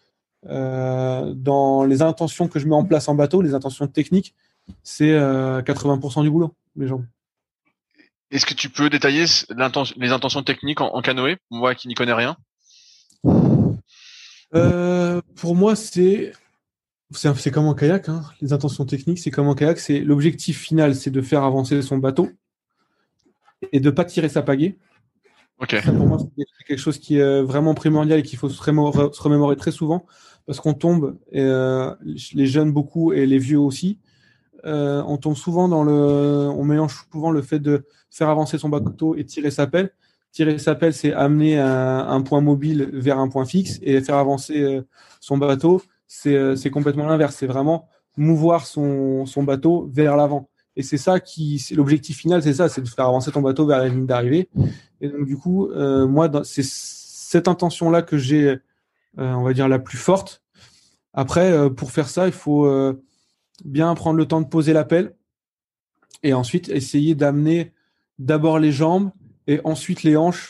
dans les intentions que je mets en place en bateau, les intentions techniques, c'est 80% du boulot, les jambes. Est-ce que tu peux détailler les intentions techniques en canoë, moi qui n'y connais rien? Pour moi, c'est C'est comme en kayak, hein. Les intentions techniques, c'est comme en kayak. C'est l'objectif final, c'est de faire avancer son bateau et de pas tirer sa pagaie. Ok. Ça, pour moi, c'est quelque chose qui est vraiment primordial et qu'il faut se remémorer très souvent parce qu'on tombe, les jeunes beaucoup et les vieux aussi, on tombe souvent on mélange souvent le fait de faire avancer son bateau et tirer sa pelle. Tirer sa pelle, c'est amener un point mobile vers un point fixe et faire avancer son bateau, c'est complètement l'inverse. C'est vraiment mouvoir son bateau vers l'avant. Et c'est ça c'est l'objectif final, c'est ça, c'est de faire avancer ton bateau vers la ligne d'arrivée. Et donc, du coup, moi, c'est cette intention-là que j'ai, on va dire, la plus forte. Après, pour faire ça, il faut bien prendre le temps de poser la pelle et ensuite essayer d'amener d'abord les jambes et ensuite les hanches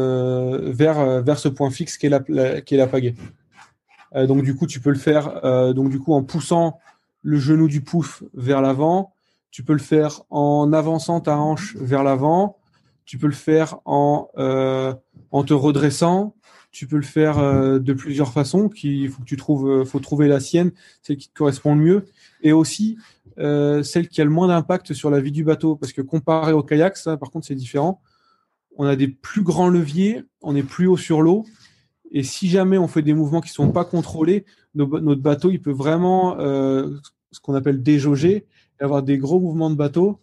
vers ce point fixe qui est la pagaie. Donc, du coup, tu peux le faire en poussant le genou du pouf vers l'avant. Tu peux le faire en avançant ta hanche vers l'avant. Tu peux le faire en te redressant. Tu peux le faire de plusieurs façons. Il faut que faut trouver la sienne, celle qui te correspond le mieux, et aussi celle qui a le moins d'impact sur la vie du bateau. Parce que comparé au kayak, ça, par contre, c'est différent. On a des plus grands leviers, on est plus haut sur l'eau. Et si jamais on fait des mouvements qui sont pas contrôlés, notre bateau, il peut vraiment ce qu'on appelle déjauger, et avoir des gros mouvements de bateau.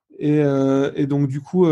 Et donc du coup,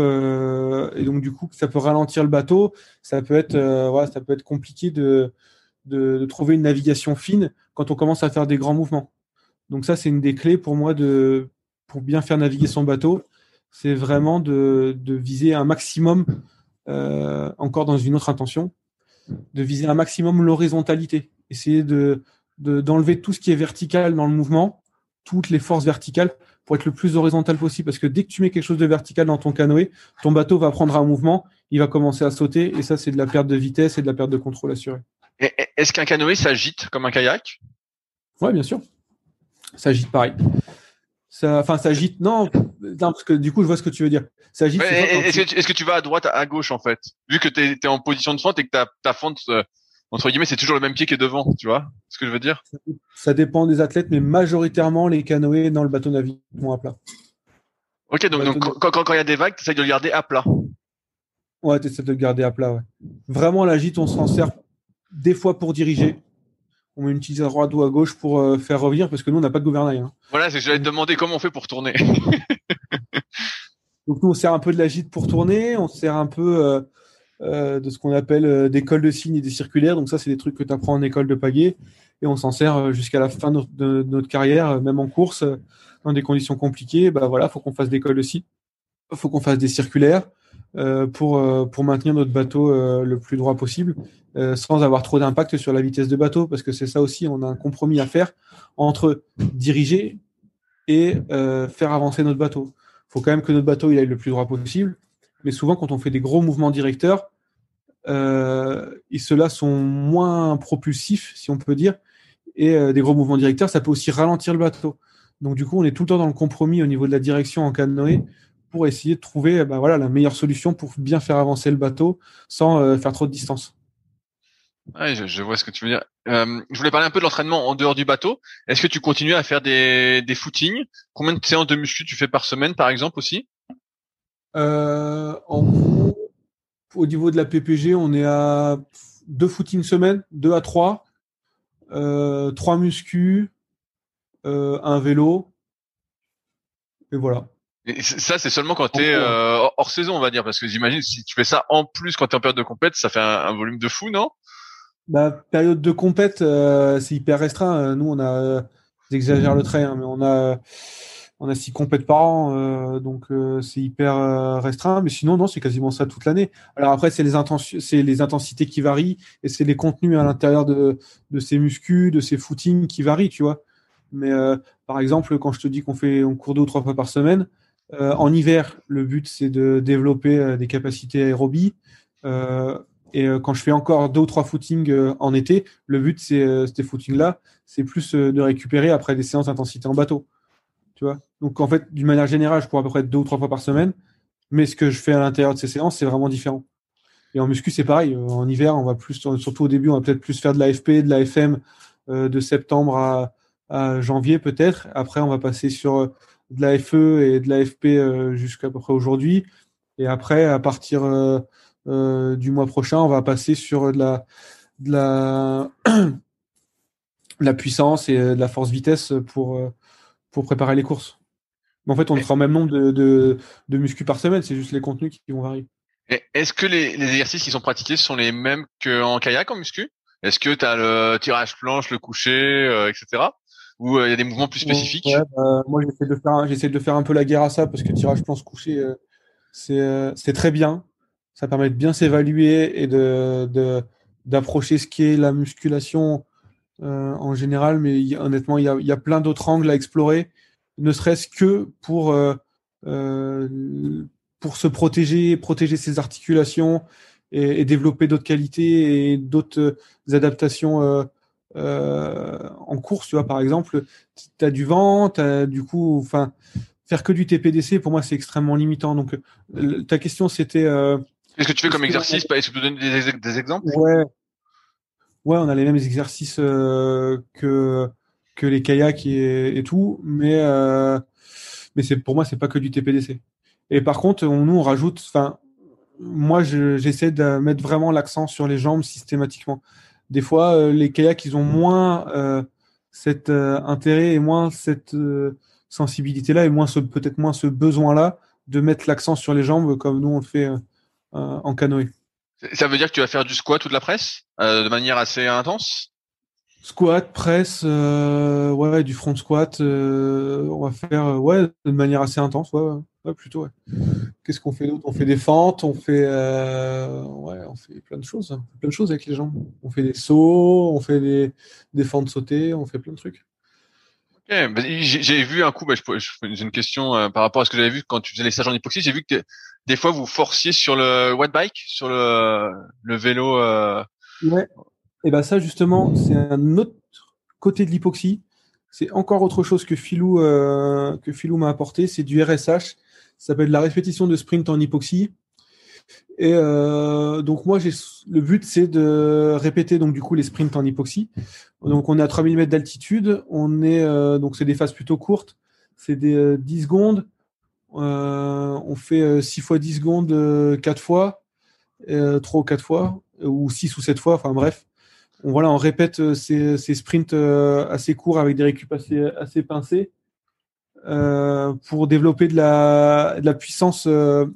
ça peut ralentir le bateau. Ça peut être compliqué de trouver une navigation fine quand on commence à faire des grands mouvements. Donc ça, c'est une des clés pour moi pour bien faire naviguer son bateau. C'est vraiment de viser un maximum, encore dans une autre intention, de viser un maximum l'horizontalité. Essayer d'enlever tout ce qui est vertical dans le mouvement, toutes les forces verticales, pour être le plus horizontal possible. Parce que dès que tu mets quelque chose de vertical dans ton canoë, ton bateau va prendre un mouvement, il va commencer à sauter, et ça, c'est de la perte de vitesse et de la perte de contrôle assurée. Est-ce qu'un canoë s'agite comme un kayak? Ouais, bien sûr. Ça agite pareil. Ça agite. Non, parce que du coup, je vois ce que tu veux dire. Ça agite. Ouais, est-ce que tu vas à droite, à gauche, en fait? Vu que t'es en position de fente et que ta fente, entre guillemets, c'est toujours le même pied qui est devant, tu vois ce que je veux dire? Ça dépend des athlètes, mais majoritairement, les canoës dans le bateau navire vont à plat. Ok, donc quand il y a des vagues, t'essayes de le garder à plat. Ouais, t'essaies de le garder à plat, ouais. Vraiment, la gîte, on s'en sert des fois pour diriger. On met une petite à droite ou à gauche pour faire revenir, parce que nous, on n'a pas de gouvernail. Hein. Voilà, c'est que j'allais te demander comment on fait pour tourner. Donc nous, on sert un peu de la gîte pour tourner, on sert un peu de ce qu'on appelle des cols de cygne et des circulaires. Donc ça, c'est des trucs que tu apprends en école de pagaie. Et on s'en sert jusqu'à la fin de notre carrière, même en course, dans des conditions compliquées. Bah voilà, faut qu'on fasse des cols de cygne, faut qu'on fasse des circulaires pour maintenir notre bateau le plus droit possible, sans avoir trop d'impact sur la vitesse de bateau. Parce que c'est ça aussi, on a un compromis à faire entre diriger et faire avancer notre bateau. Il faut quand même que notre bateau il aille le plus droit possible. Mais souvent, quand on fait des gros mouvements directeurs, ceux-là sont moins propulsifs, si on peut dire. Et des gros mouvements directeurs, ça peut aussi ralentir le bateau. Donc, du coup, on est tout le temps dans le compromis au niveau de la direction en canoë pour essayer de trouver la meilleure solution pour bien faire avancer le bateau sans faire trop de distance. Ouais, je vois ce que tu veux dire. Je voulais parler un peu de l'entraînement en dehors du bateau. Est-ce que tu continues à faire des footings? Combien de séances de muscu tu fais par semaine, par exemple, aussi? En gros, au niveau de la PPG, on est à 2 footings semaine, 2 à 3, 3 muscu, un vélo, et voilà. Et ça, c'est seulement quand t'es hors saison, on va dire, parce que j'imagine si tu fais ça en plus quand t'es en période de compète, ça fait un volume de fou, non? Période de compète, c'est hyper restreint. Nous, j'exagère le trait, hein, mais on a 6 compètes par an, donc c'est hyper restreint. Mais sinon, non, c'est quasiment ça toute l'année. Alors après, c'est les intensités qui varient et c'est les contenus à l'intérieur de ces muscles, de ces footings qui varient, tu vois. Mais par exemple, quand je te dis qu'on court 2 ou 3 fois par semaine, en hiver, le but c'est de développer des capacités aérobies. Et quand je fais encore 2 ou 3 footings en été, le but, c'est ces footings-là, c'est plus de récupérer après des séances d'intensité en bateau. Tu vois. Donc, en fait, d'une manière générale, je cours à peu près 2 ou 3 fois par semaine, mais ce que je fais à l'intérieur de ces séances, c'est vraiment différent. Et en muscu, c'est pareil. En hiver, on va plus, surtout au début, on va peut-être plus faire de l'AFP, de l'AFM de septembre à janvier peut-être. Après, on va passer sur de la FE et de la FP jusqu'à peu près aujourd'hui. Et après, à partir du mois prochain, on va passer sur de la, de la puissance et de la force-vitesse pour préparer les courses. Mais en fait, on fera le même nombre de muscu par semaine, c'est juste les contenus qui vont varier. Et est-ce que les exercices qui sont pratiqués sont les mêmes qu'en kayak, en muscu? Est-ce que tu as le tirage planche, le coucher, etc. Ou il y a des mouvements plus spécifiques? Ouais, moi, j'essaie de faire un peu la guerre à ça parce que tirage planche couché, c'est très bien. Ça permet de bien s'évaluer et d'approcher ce qu'est la musculation en général. Mais honnêtement, il y a plein d'autres angles à explorer, ne serait-ce que pour se protéger ses articulations et développer d'autres qualités et d'autres adaptations en course. Tu vois, par exemple, tu as du vent, du coup, enfin, faire que du TPDC, pour moi, c'est extrêmement limitant. Donc, ta question, c'était. Qu'est-ce que tu fais comme exercice? Est-ce que tu peux donner des exemples? Ouais, ouais, on a les mêmes exercices que les kayaks et tout, mais pour moi, c'est pas que du TPDC. Et par contre, nous, on rajoute. Enfin, moi, j'essaie de mettre vraiment l'accent sur les jambes systématiquement. Des fois, les kayaks, ils ont moins cet intérêt et moins cette sensibilité-là et peut-être moins ce besoin-là de mettre l'accent sur les jambes comme nous, on le fait en canoë. Ça veut dire que tu vas faire du squat ou de la presse de manière assez intense? Squat, presse, ouais, du front squat, on va faire ouais, de manière assez intense, ouais, plutôt. Ouais. Qu'est-ce qu'on fait d'autre? On fait des fentes, on fait plein de choses. On fait plein de choses avec les jambes. On fait des sauts, on fait des fentes sautées, on fait plein de trucs. Ok, bah, j'ai vu un coup, j'ai une question par rapport à ce que j'avais vu quand tu faisais les stages en hypoxie. J'ai vu que des fois vous forciez sur le watt bike, sur le vélo. Ouais. Et ben ça justement, c'est un autre côté de l'hypoxie. C'est encore autre chose que Philou m'a apporté. C'est du RSH. Ça s'appelle la répétition de sprint en hypoxie. Et donc moi, le but, c'est de répéter donc du coup les sprints en hypoxie. Donc on est à 3000 mètres d'altitude. Donc c'est des phases plutôt courtes. C'est des 10 secondes. On fait 6 fois 10 secondes 4 fois, 3 ou 4 fois, ou 6 ou 7 fois. Enfin bref. On répète ces sprints assez courts avec des récup assez pincés pour développer de la puissance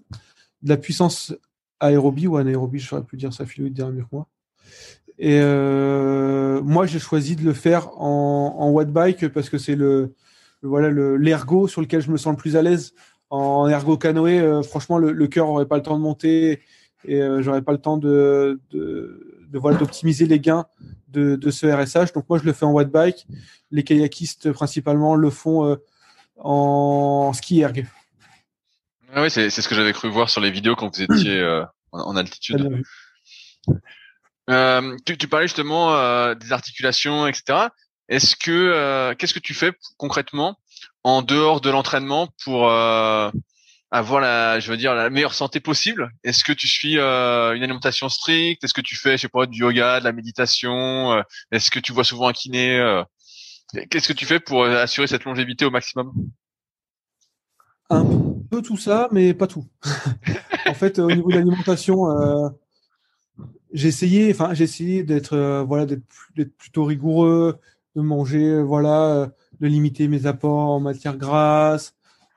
aérobie ou anaérobie, je saurais plus dire ça, Philo il dirait mieux que moi. Et moi, j'ai choisi de le faire en watt bike parce que c'est l'ergo sur lequel je me sens le plus à l'aise. En ergo canoë, franchement, le cœur n'aurait pas le temps de monter et j'aurais pas le temps d'optimiser les gains de ce RSH. Donc moi, je le fais en watt bike. Les kayakistes, principalement, le font en ski erg. Ah oui, c'est ce que j'avais cru voir sur les vidéos quand vous étiez en altitude. Tu parlais justement des articulations, etc. Qu'est-ce que tu fais concrètement en dehors de l'entraînement pour avoir la meilleure santé possible? Est-ce que tu suis une alimentation stricte? Est-ce que tu fais, je sais pas, du yoga, de la méditation? Est-ce que tu vois souvent un kiné? Qu'est-ce que tu fais pour assurer cette longévité au maximum? Un peu tout ça, mais pas tout. En fait, au niveau de l'alimentation, j'ai essayé d'être plutôt rigoureux, de manger, de limiter mes apports en matière grasse.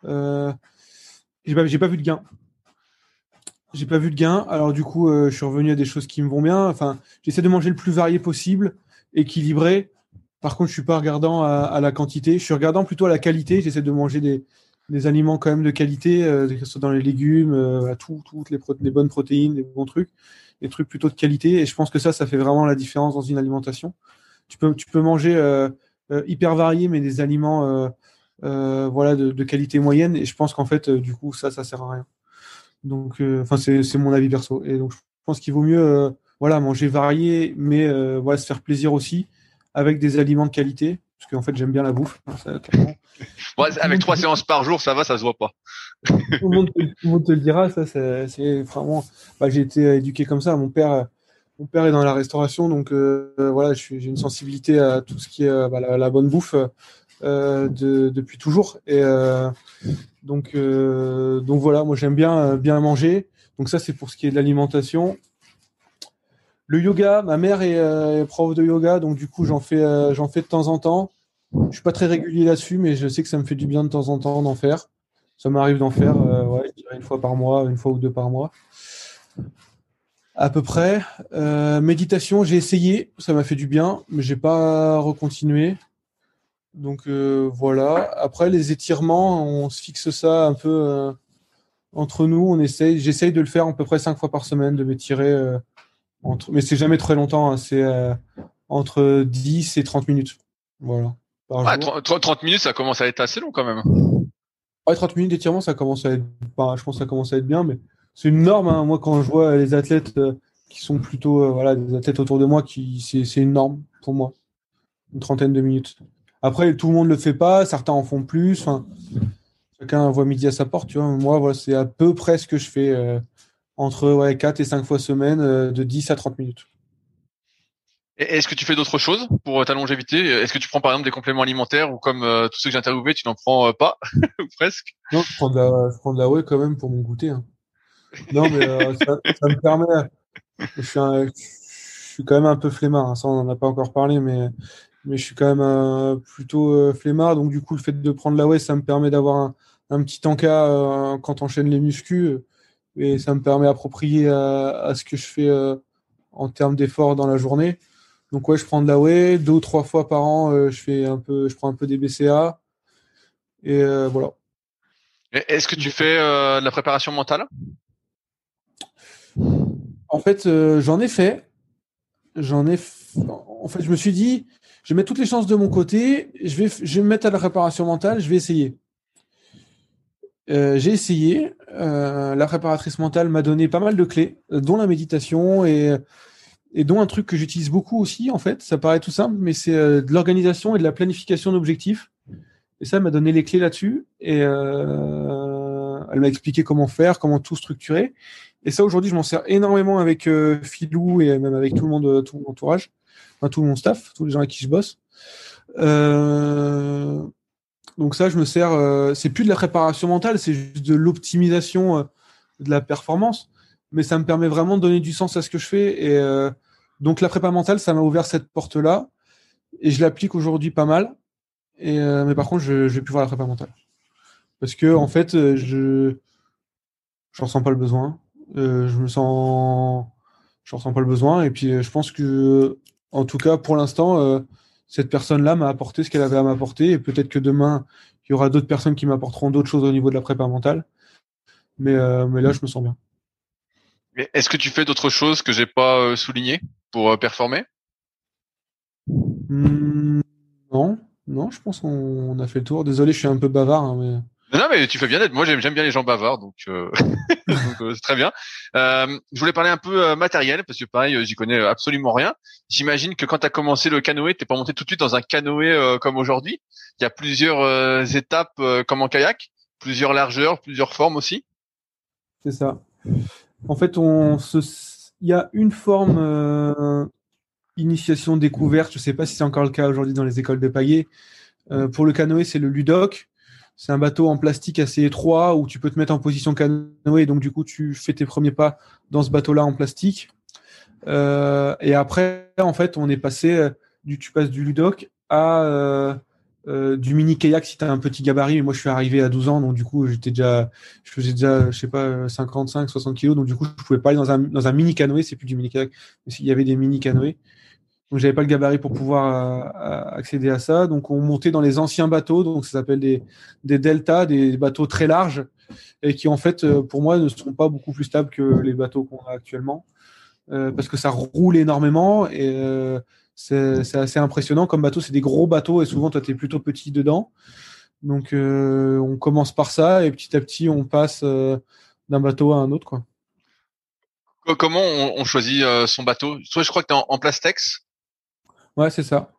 J'ai pas vu de gain. J'ai pas vu de gain. Alors du coup, je suis revenu à des choses qui me vont bien. Enfin, j'essaie de manger le plus varié possible, équilibré. Par contre, je suis pas regardant à la quantité. Je suis regardant plutôt à la qualité. J'essaie de manger des aliments quand même de qualité, que ce soit dans les légumes, toutes les bonnes protéines, les bons trucs, des trucs plutôt de qualité. Et je pense que ça fait vraiment la différence dans une alimentation. Tu peux manger hyper varié, mais des aliments de qualité moyenne. Et je pense qu'en fait, du coup, ça sert à rien. Donc, c'est mon avis perso. Et donc, je pense qu'il vaut mieux, manger varié, mais se faire plaisir aussi avec des aliments de qualité. Parce qu'en fait, j'aime bien la bouffe. Ouais, avec 3 séances par jour, ça va, ça se voit pas. Tout le monde te le dira. Ça, c'est vraiment. J'ai été éduqué comme ça. Mon père mon père est dans la restauration, donc voilà, j'ai une sensibilité à tout ce qui est la bonne bouffe depuis toujours. Et donc voilà, moi j'aime bien manger. Donc ça, c'est pour ce qui est de l'alimentation. Le yoga, ma mère est prof de yoga, donc du coup j'en fais de temps en temps. Je suis pas très régulier là-dessus, mais je sais que ça me fait du bien de temps en temps d'en faire. Ça m'arrive d'en faire, je dirais une fois par mois, une fois ou deux par mois, à peu près. Méditation, j'ai essayé, ça m'a fait du bien, mais j'ai pas recontinué. Donc voilà. Après les étirements, on se fixe ça un peu entre nous. J'essaye de le faire à peu près 5 fois par semaine, de m'étirer mais c'est jamais très longtemps. Hein, c'est entre 10 et 30 minutes. Voilà. Par jour. 30 minutes, ça commence à être assez long quand même. Ouais, 30 minutes d'étirement, ça commence à être, je pense que ça commence à être bien, mais c'est une norme. Hein. Moi, quand je vois les athlètes qui sont plutôt, des athlètes autour de moi, c'est une norme pour moi. Une trentaine de minutes. Après, tout le monde le fait pas, certains en font plus. Enfin, chacun voit midi à sa porte, tu vois. Moi, voilà, c'est à peu près ce que je fais entre 4 et 5 fois semaine, de 10 à 30 minutes. Et est-ce que tu fais d'autres choses pour ta longévité? Est-ce que tu prends par exemple des compléments alimentaires ou comme tous ceux que j'ai interviewés, tu n'en prends pas ou presque? Non, je prends de la whey quand même pour mon goûter. Hein. Non, mais ça me permet. Je suis quand même un peu flemmard. Hein. Ça, on n'en a pas encore parlé, mais je suis quand même plutôt flemmard. Donc, du coup, le fait de prendre la whey, ça me permet d'avoir un petit encas quand on enchaîne les muscles. Et ça me permet d'approprier à ce que je fais en termes d'efforts dans la journée. Donc, ouais, je prends de la whey. 2 ou 3 fois par an, je prends un peu des BCA. Et voilà. Est-ce que tu fais de la préparation mentale? En fait, j'en ai fait. En fait, je me suis dit, je vais mettre toutes les chances de mon côté. Je vais me mettre à la préparation mentale. Je vais essayer. J'ai essayé. La préparatrice mentale m'a donné pas mal de clés, dont la méditation et dont un truc que j'utilise beaucoup aussi. En fait, ça paraît tout simple, mais c'est de l'organisation et de la planification d'objectifs. Et ça, elle m'a donné les clés là-dessus. Et elle m'a expliqué comment faire, comment tout structurer. Et ça, aujourd'hui, je m'en sers énormément avec Philou et même avec tout le monde, tout mon entourage, enfin, tout mon staff, tous les gens avec qui je bosse. Donc ça, je me sers. C'est plus de la préparation mentale, c'est juste de l'optimisation de la performance. Mais ça me permet vraiment de donner du sens à ce que je fais. Et donc la prépa mentale, ça m'a ouvert cette porte-là. Et je l'applique aujourd'hui pas mal. Mais par contre, je vais plus voir la prépa mentale. Parce que, en fait, je ressens pas le besoin. Je ressens pas le besoin. Et puis, je pense que, en tout cas, pour l'instant, cette personne-là m'a apporté ce qu'elle avait à m'apporter. Et peut-être que demain, il y aura d'autres personnes qui m'apporteront d'autres choses au niveau de la prépa mentale. Mais là, je me sens bien. Est-ce que tu fais d'autres choses que j'ai pas soulignées pour performer? Non, non, je pense qu'on a fait le tour. Désolé, je suis un peu bavard, hein, mais... Non, mais tu fais bien d'être. Moi, j'aime bien les gens bavards, donc c'est très bien. Je voulais parler un peu matériel parce que pareil, j'y connais absolument rien. J'imagine que quand tu as commencé le canoë, t'es pas monté tout de suite dans un canoë comme aujourd'hui. Il y a plusieurs étapes comme en kayak, plusieurs largeurs, plusieurs formes aussi. C'est ça. En fait, il y a une forme initiation découverte. Je sais pas si c'est encore le cas aujourd'hui dans les écoles de paillets. Pour le canoë, c'est le Ludoc. C'est un bateau en plastique assez étroit où tu peux te mettre en position canoë. Donc, du coup, tu fais tes premiers pas dans ce bateau-là en plastique. Et après, en fait, on est passé tu passes du Ludoc à du mini kayak si tu as un petit gabarit. Moi, je suis arrivé à 12 ans, donc du coup, je faisais déjà, je sais pas, 55, 60 kilos. Donc, du coup, je pouvais pas aller dans un mini canoë. C'est plus du mini kayak, mais il y avait des mini canoës. Donc, j'avais pas le gabarit pour pouvoir accéder à ça. Donc, on montait dans les anciens bateaux. Donc, ça s'appelle des deltas, des bateaux très larges et qui, en fait, pour moi, ne sont pas beaucoup plus stables que les bateaux qu'on a actuellement parce que ça roule énormément et c'est assez impressionnant comme bateau. C'est des gros bateaux et souvent, toi, tu es plutôt petit dedans. Donc, on commence par ça et petit à petit, on passe d'un bateau à un autre, quoi. Comment on choisit son bateau? Toi, je crois que t'es en Plastex. Ouais, c'est ça.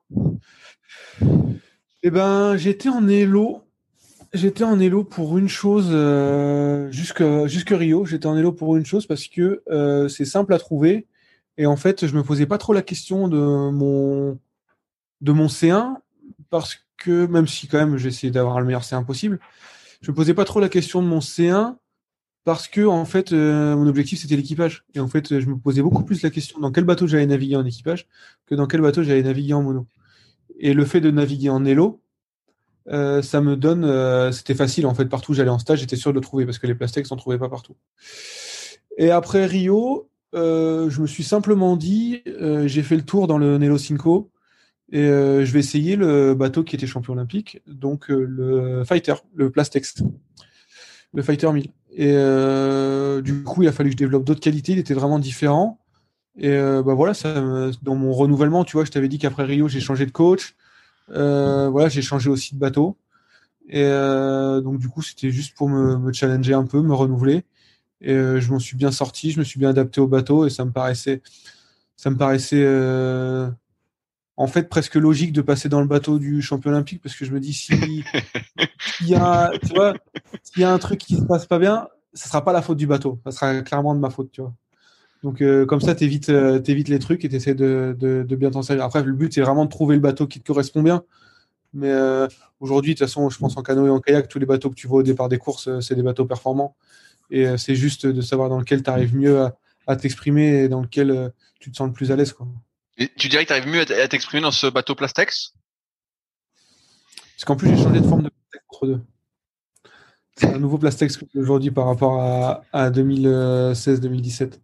Eh ben, j'étais en élo. J'étais en élo pour une chose jusque Rio. J'étais en élo pour une chose parce que c'est simple à trouver Et en fait, je me posais pas trop la question de mon C1 parce que même si quand même j'essayais d'avoir le meilleur C1 possible, je me posais pas trop la question de mon C1 parce que en fait mon objectif c'était l'équipage. Et en fait, je me posais beaucoup plus la question dans quel bateau j'allais naviguer en équipage que dans quel bateau j'allais naviguer en mono. Et le fait de naviguer en Elo, ça me donne, c'était facile en fait, partout où j'allais en stage, j'étais sûr de le trouver parce que les plastiques s'en trouvaient pas partout. Et après Rio, je me suis simplement dit, j'ai fait le tour dans le Nelo Cinco et je vais essayer le bateau qui était champion olympique, donc le Fighter, le Plastex, le Fighter 1000. Et du coup, il a fallu que je développe d'autres qualités, il était vraiment différent. Et bah voilà, dans mon renouvellement, tu vois, je t'avais dit qu'après Rio, j'ai changé de coach. Voilà, j'ai changé aussi de bateau. Et donc du coup, c'était juste pour me challenger un peu, me renouveler. Et je m'en suis bien sorti, je me suis bien adapté au bateau et ça me paraissait en fait presque logique de passer dans le bateau du champion olympique parce que je me dis s'il y a, tu vois, s'il y a un truc qui se passe pas bien, ça sera pas la faute du bateau, ça sera clairement de ma faute, tu vois. Donc comme ça, t'évites les trucs et t'essaies de bien t'en servir. Après, le but c'est vraiment de trouver le bateau qui te correspond bien. Mais aujourd'hui, de toute façon, je pense en canoë et en kayak, tous les bateaux que tu vois au départ des courses, c'est des bateaux performants. Et c'est juste de savoir dans lequel tu arrives mieux à t'exprimer et dans lequel tu te sens le plus à l'aise, quoi. Et tu dirais que tu arrives mieux à t'exprimer dans ce bateau Plastex? Parce qu'en plus, j'ai changé de forme de Plastex entre deux. C'est un nouveau Plastex aujourd'hui par rapport à 2016-2017.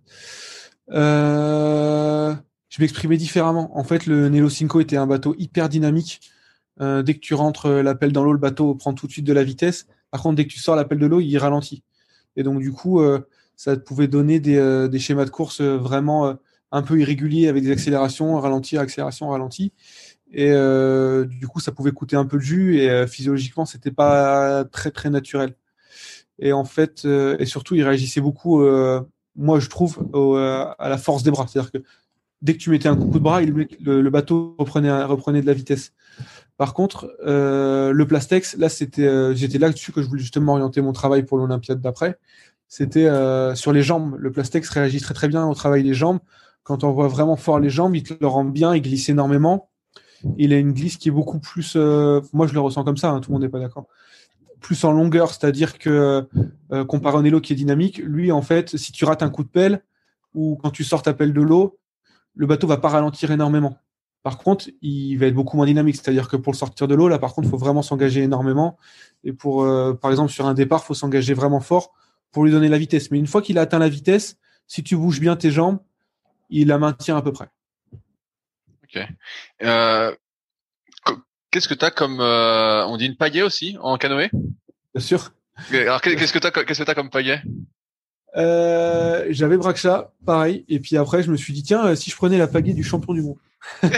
Je m'exprimais différemment. En fait, le Nelo Cinco était un bateau hyper dynamique. Dès que tu rentres la pelle dans l'eau, le bateau prend tout de suite de la vitesse. Par contre, dès que tu sors la pelle de l'eau, il ralentit. Et donc, du coup, ça pouvait donner des schémas de course vraiment un peu irréguliers avec des accélérations, ralentir, accélération, ralenti. Et du coup, ça pouvait coûter un peu de jus et physiologiquement, c'était pas très, très naturel. Et en fait, et surtout, il réagissait beaucoup, moi, je trouve, à la force des bras. C'est-à-dire que dès que tu mettais un coup de bras, le bateau reprenait de la vitesse. Par contre, le Plastex, là, j'étais là-dessus que je voulais justement orienter mon travail pour l'Olympiade d'après. C'était sur les jambes. Le Plastex réagit très très bien au travail des jambes. Quand on voit vraiment fort les jambes, il te le rend bien, il glisse énormément. Il a une glisse qui est beaucoup plus. Moi, je le ressens comme ça. Hein, tout le monde n'est pas d'accord. Plus en longueur, c'est-à-dire que comparé à un élo qui est dynamique, lui, en fait, si tu rates un coup de pelle ou quand tu sors ta pelle de l'eau, le bateau va pas ralentir énormément. Par contre, il va être beaucoup moins dynamique. C'est-à-dire que pour le sortir de l'eau, là, par contre, il faut vraiment s'engager énormément. Et pour, par exemple, sur un départ, il faut s'engager vraiment fort pour lui donner la vitesse. Mais une fois qu'il a atteint la vitesse, si tu bouges bien tes jambes, il la maintient à peu près. Ok. Qu'est-ce que t'as comme, on dit une pagaie aussi en canoë? Bien sûr. Alors qu'est-ce que t'as comme pagaie? J'avais Braksha, pareil. Et puis après, je me suis dit, tiens, si je prenais la pagaie du champion du monde.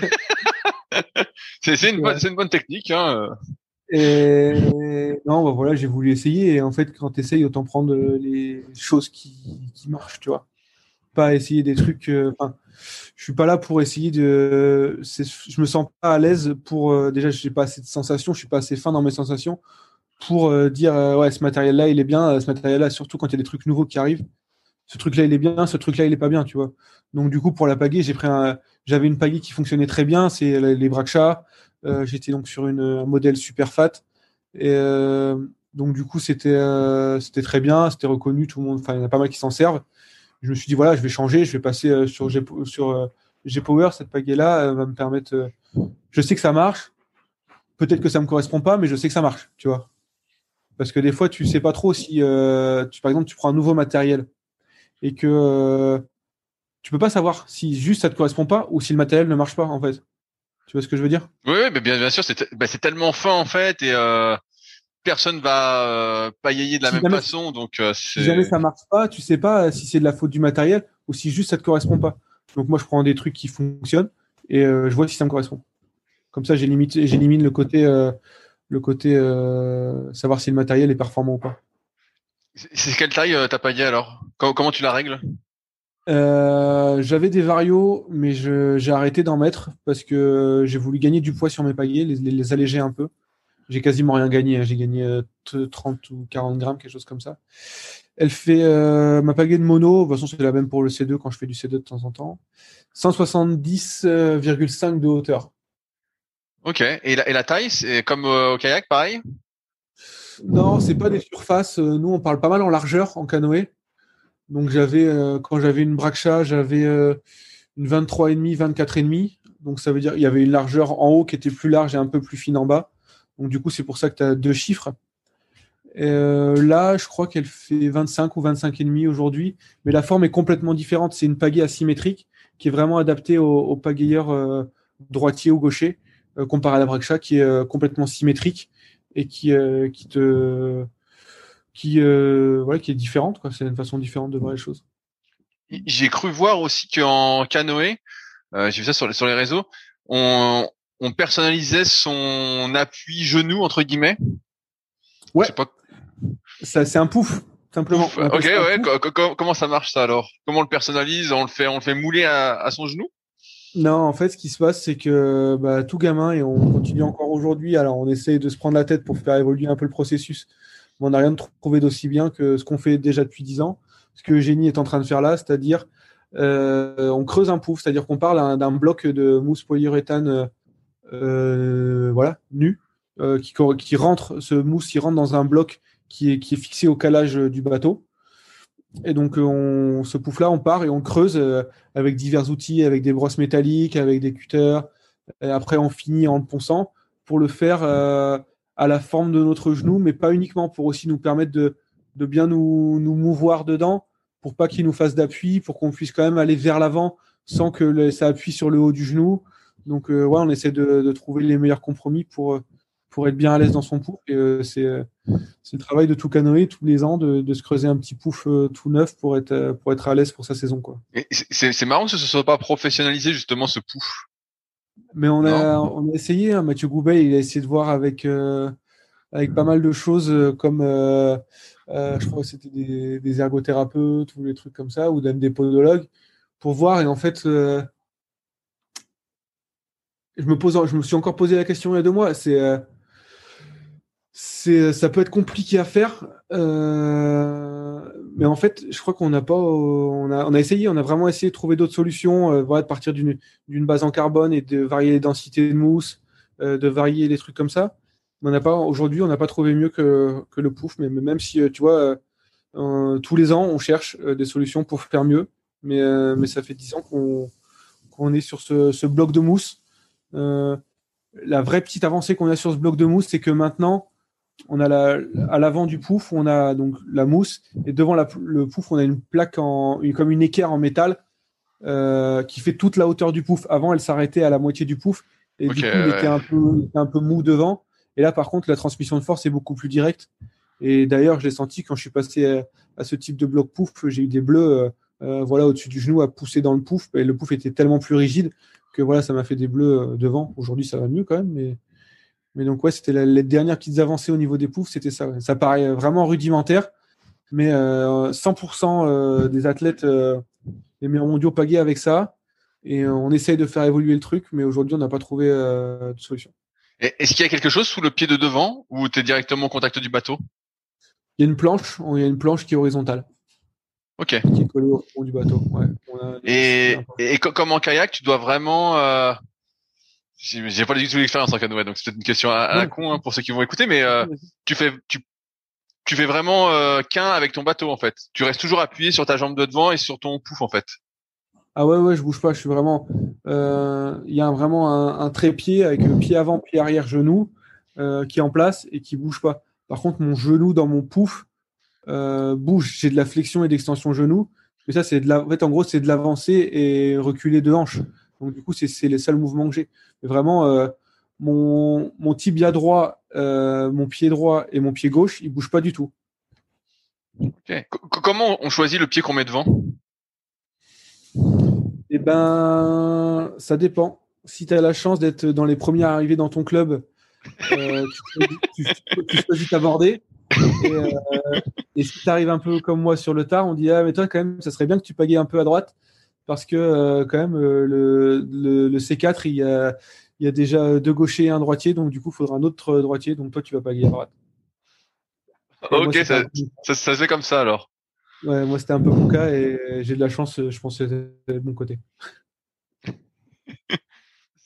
C'est une bonne technique, hein. Et non, bah voilà, j'ai voulu essayer. Et en fait, quand tu essayes, autant prendre les choses qui marchent, tu vois. Pas essayer des trucs. Je suis pas là pour essayer je me sens pas à l'aise pour. Déjà, j'ai pas assez de sensations, je suis pas assez fin dans mes sensations pour dire ouais, ce matériel-là, il est bien. Ce matériel-là, surtout quand il y a des trucs nouveaux qui arrivent. Ce truc-là, il est bien. Ce truc-là, il est pas bien, tu vois. Donc, du coup, pour la pagaie, j'avais une pagaie qui fonctionnait très bien. C'est les Braksha. J'étais donc sur un modèle super fat. Et donc, du coup, c'était très bien. C'était reconnu. Tout le monde, enfin, il y en a pas mal qui s'en servent. Je me suis dit, voilà, je vais changer. Je vais passer sur G-Power. Cette pagaie-là va me permettre. Je sais que ça marche. Peut-être que ça me correspond pas, mais je sais que ça marche, tu vois. Parce que des fois, tu sais pas trop si, par exemple, tu prends un nouveau matériel et que tu peux pas savoir si juste ça te correspond pas ou si le matériel ne marche pas, en fait. Tu vois ce que je veux dire? Oui, mais bien sûr, c'est tellement fin en fait et personne va pagayer de la Si même jamais, façon, donc si jamais ça marche pas, tu sais pas si c'est de la faute du matériel ou si juste ça te correspond pas. Donc moi, je prends des trucs qui fonctionnent et je vois si ça me correspond. Comme ça, j'élimine le côté savoir si le matériel est performant ou pas. c'est quelle taille ta pagaie alors? Comment tu la règles? J'avais des varios, mais j'ai arrêté d'en mettre parce que j'ai voulu gagner du poids sur mes pagaies, les alléger un peu. J'ai quasiment rien gagné, hein. J'ai gagné 30 ou 40 grammes, quelque chose comme ça. Elle fait ma pagaie de mono. De toute façon, c'est la même pour le C2 quand je fais du C2 de temps en temps. 170,5 de hauteur. Ok. Et la taille, c'est comme au kayak, pareil? Non, c'est pas des surfaces. Nous, on parle pas mal en largeur en canoë. Donc quand j'avais une Braksha, j'avais une 23,5, 24,5. Donc ça veut dire il y avait une largeur en haut qui était plus large et un peu plus fine en bas. Donc du coup, c'est pour ça que tu as deux chiffres. Et là, je crois qu'elle fait 25 ou 25,5 aujourd'hui. Mais la forme est complètement différente. C'est une pagaie asymétrique qui est vraiment adaptée aux pagayeurs droitiers ou gauchers, comparé à la Braksha qui est complètement symétrique et qui est différente, quoi. C'est une façon différente de voir les choses. J'ai cru voir aussi qu'en canoë, j'ai vu ça sur les réseaux, on personnalisait son appui genou entre guillemets. Ouais. Je sais pas. Ça, c'est un pouf, simplement. Ouf. Ok, ouais. Comment ça marche ça alors? Comment on le personnalise? On le fait mouler à son genou? Non, en fait, ce qui se passe, c'est que tout gamin, et on continue encore aujourd'hui, alors on essaye de se prendre la tête pour faire évoluer un peu le processus, mais on n'a rien trouvé d'aussi bien que ce qu'on fait déjà depuis 10 ans, ce que Eugénie est en train de faire là, c'est-à-dire on creuse un pouf, c'est-à-dire qu'on parle d'un bloc de mousse polyuréthane nu, qui rentre, ce mousse, il rentre dans un bloc qui est fixé au calage du bateau. Et donc, ce pouf-là, on part et on creuse avec divers outils, avec des brosses métalliques, avec des cutters. Et après, on finit en le ponçant pour le faire à la forme de notre genou, mais pas uniquement, pour aussi nous permettre de bien nous mouvoir dedans, pour pas qu'il nous fasse d'appui, pour qu'on puisse quand même aller vers l'avant sans que ça appuie sur le haut du genou. Donc, on essaie de trouver les meilleurs compromis pour être bien à l'aise dans son pouf. Et c'est le travail de tout canoë tous les ans de se creuser un petit pouf tout neuf pour être à l'aise pour sa saison, quoi. Et c'est marrant que ce soit pas professionnalisé justement ce pouf. Mais on a essayé, hein, Mathieu Goubet, il a essayé de voir avec pas mal de choses comme je crois que c'était des ergothérapeutes ou des trucs comme ça, ou même des podologues, pour voir. Et en fait, je me suis encore posé la question il y a 2 mois. Ça peut être compliqué à faire, mais en fait, je crois qu'on n'a pas, on a essayé, on a vraiment essayé de trouver d'autres solutions, de partir d'une base en carbone et de varier les densités de mousse, de varier les trucs comme ça. Mais aujourd'hui, on n'a pas trouvé mieux que le pouf, mais même si, tu vois, tous les ans, on cherche des solutions pour faire mieux, mais ça fait 10 ans qu'on est sur ce bloc de mousse. La vraie petite avancée qu'on a sur ce bloc de mousse, c'est que maintenant, on a à l'avant du pouf, on a donc la mousse, et devant le pouf, on a une plaque comme une équerre en métal qui fait toute la hauteur du pouf. Avant, elle s'arrêtait à la moitié du pouf, et du coup, il était un peu mou devant. Et là, par contre, la transmission de force est beaucoup plus directe. Et d'ailleurs, je l'ai senti quand je suis passé à ce type de bloc pouf, j'ai eu des bleus au-dessus du genou à pousser dans le pouf, et le pouf était tellement plus rigide que voilà, ça m'a fait des bleus devant. Aujourd'hui, ça va mieux quand même, mais donc, ouais, c'était les dernières petites avancées au niveau des poufs, c'était ça. Ouais. Ça paraît vraiment rudimentaire, mais 100% des athlètes, les meilleurs mondiaux pagaient avec ça. Et on essaye de faire évoluer le truc, mais aujourd'hui, on n'a pas trouvé de solution. Est-ce qu'il y a quelque chose sous le pied de devant ou tu es directement au contact du bateau? Il y a une planche qui est horizontale. Ok. Qui est collée au fond du bateau. Ouais. Et comme en kayak, tu dois vraiment... J'ai pas du tout l'expérience en canoë, donc c'est peut-être une question à la con pour ceux qui vont écouter, mais tu fais vraiment qu'un avec ton bateau en fait. Tu restes toujours appuyé sur ta jambe de devant et sur ton pouf en fait. Ah ouais, je bouge pas. Je suis vraiment. Il y a vraiment un trépied avec pied avant, pied arrière, genou qui est en place et qui bouge pas. Par contre, mon genou dans mon pouf bouge. J'ai de la flexion et d'extension genou, mais ça c'est en fait, en gros, c'est de l'avancée et reculer de hanche. Donc du coup, c'est les seuls mouvements que j'ai. Mais vraiment, mon tibia droit, mon pied droit et mon pied gauche, ils bougent pas du tout. Okay. Comment on choisit le pied qu'on met devant? Eh ben, ça dépend. Si tu as la chance d'être dans les premiers arrivés dans ton club, tu choisis t'aborder. Et si tu arrives un peu comme moi sur le tard, on dit ah mais toi quand même, ça serait bien que tu pagayes un peu à droite parce que quand même le C4 il y a déjà 2 gauchers et un droitier, donc du coup il faudra un autre droitier, donc toi tu vas pagayer à droite. Et ok, moi, ça se fait comme ça alors. Ouais, moi c'était un peu mon cas et j'ai de la chance, je pense que c'était de mon côté.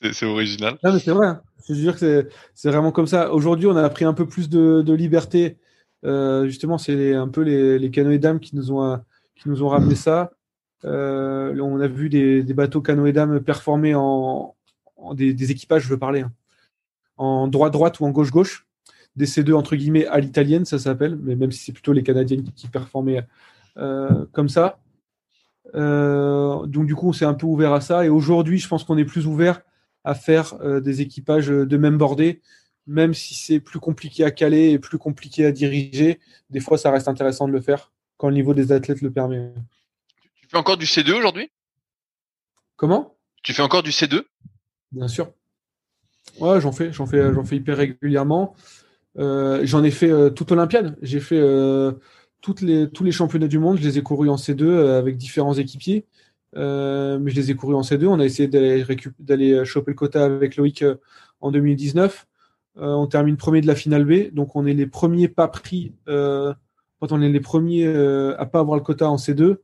C'est original. Non, mais c'est vrai. Je veux dire que c'est vraiment comme ça. Aujourd'hui, on a pris un peu plus de liberté. Justement, c'est un peu les canoës-dames qui nous ont ramené ça. On a vu des bateaux canoë-dames performer en des équipages, je veux parler, hein, en droite-droite ou en gauche-gauche. Des C2 entre guillemets à l'italienne, ça s'appelle, mais même si c'est plutôt les Canadiennes qui performaient comme ça. Donc du coup, on s'est un peu ouvert à ça. Et aujourd'hui, je pense qu'on est plus ouvert à faire des équipages de même bordée, même si c'est plus compliqué à caler et plus compliqué à diriger. Des fois, ça reste intéressant de le faire quand le niveau des athlètes le permet. Tu fais encore du C2 aujourd'hui? Comment? Tu fais encore du C2? Bien sûr. Ouais, j'en fais hyper régulièrement. J'en ai fait toute Olympiade. J'ai fait tous les championnats du monde. Je les ai courus en C2 avec différents équipiers. Mais je les ai courus en C2. On a essayé d'aller choper le quota avec Loïc en 2019. On termine premier de la finale B. Donc on est les premiers pas pris. Quand on est les premiers à pas avoir le quota en C2.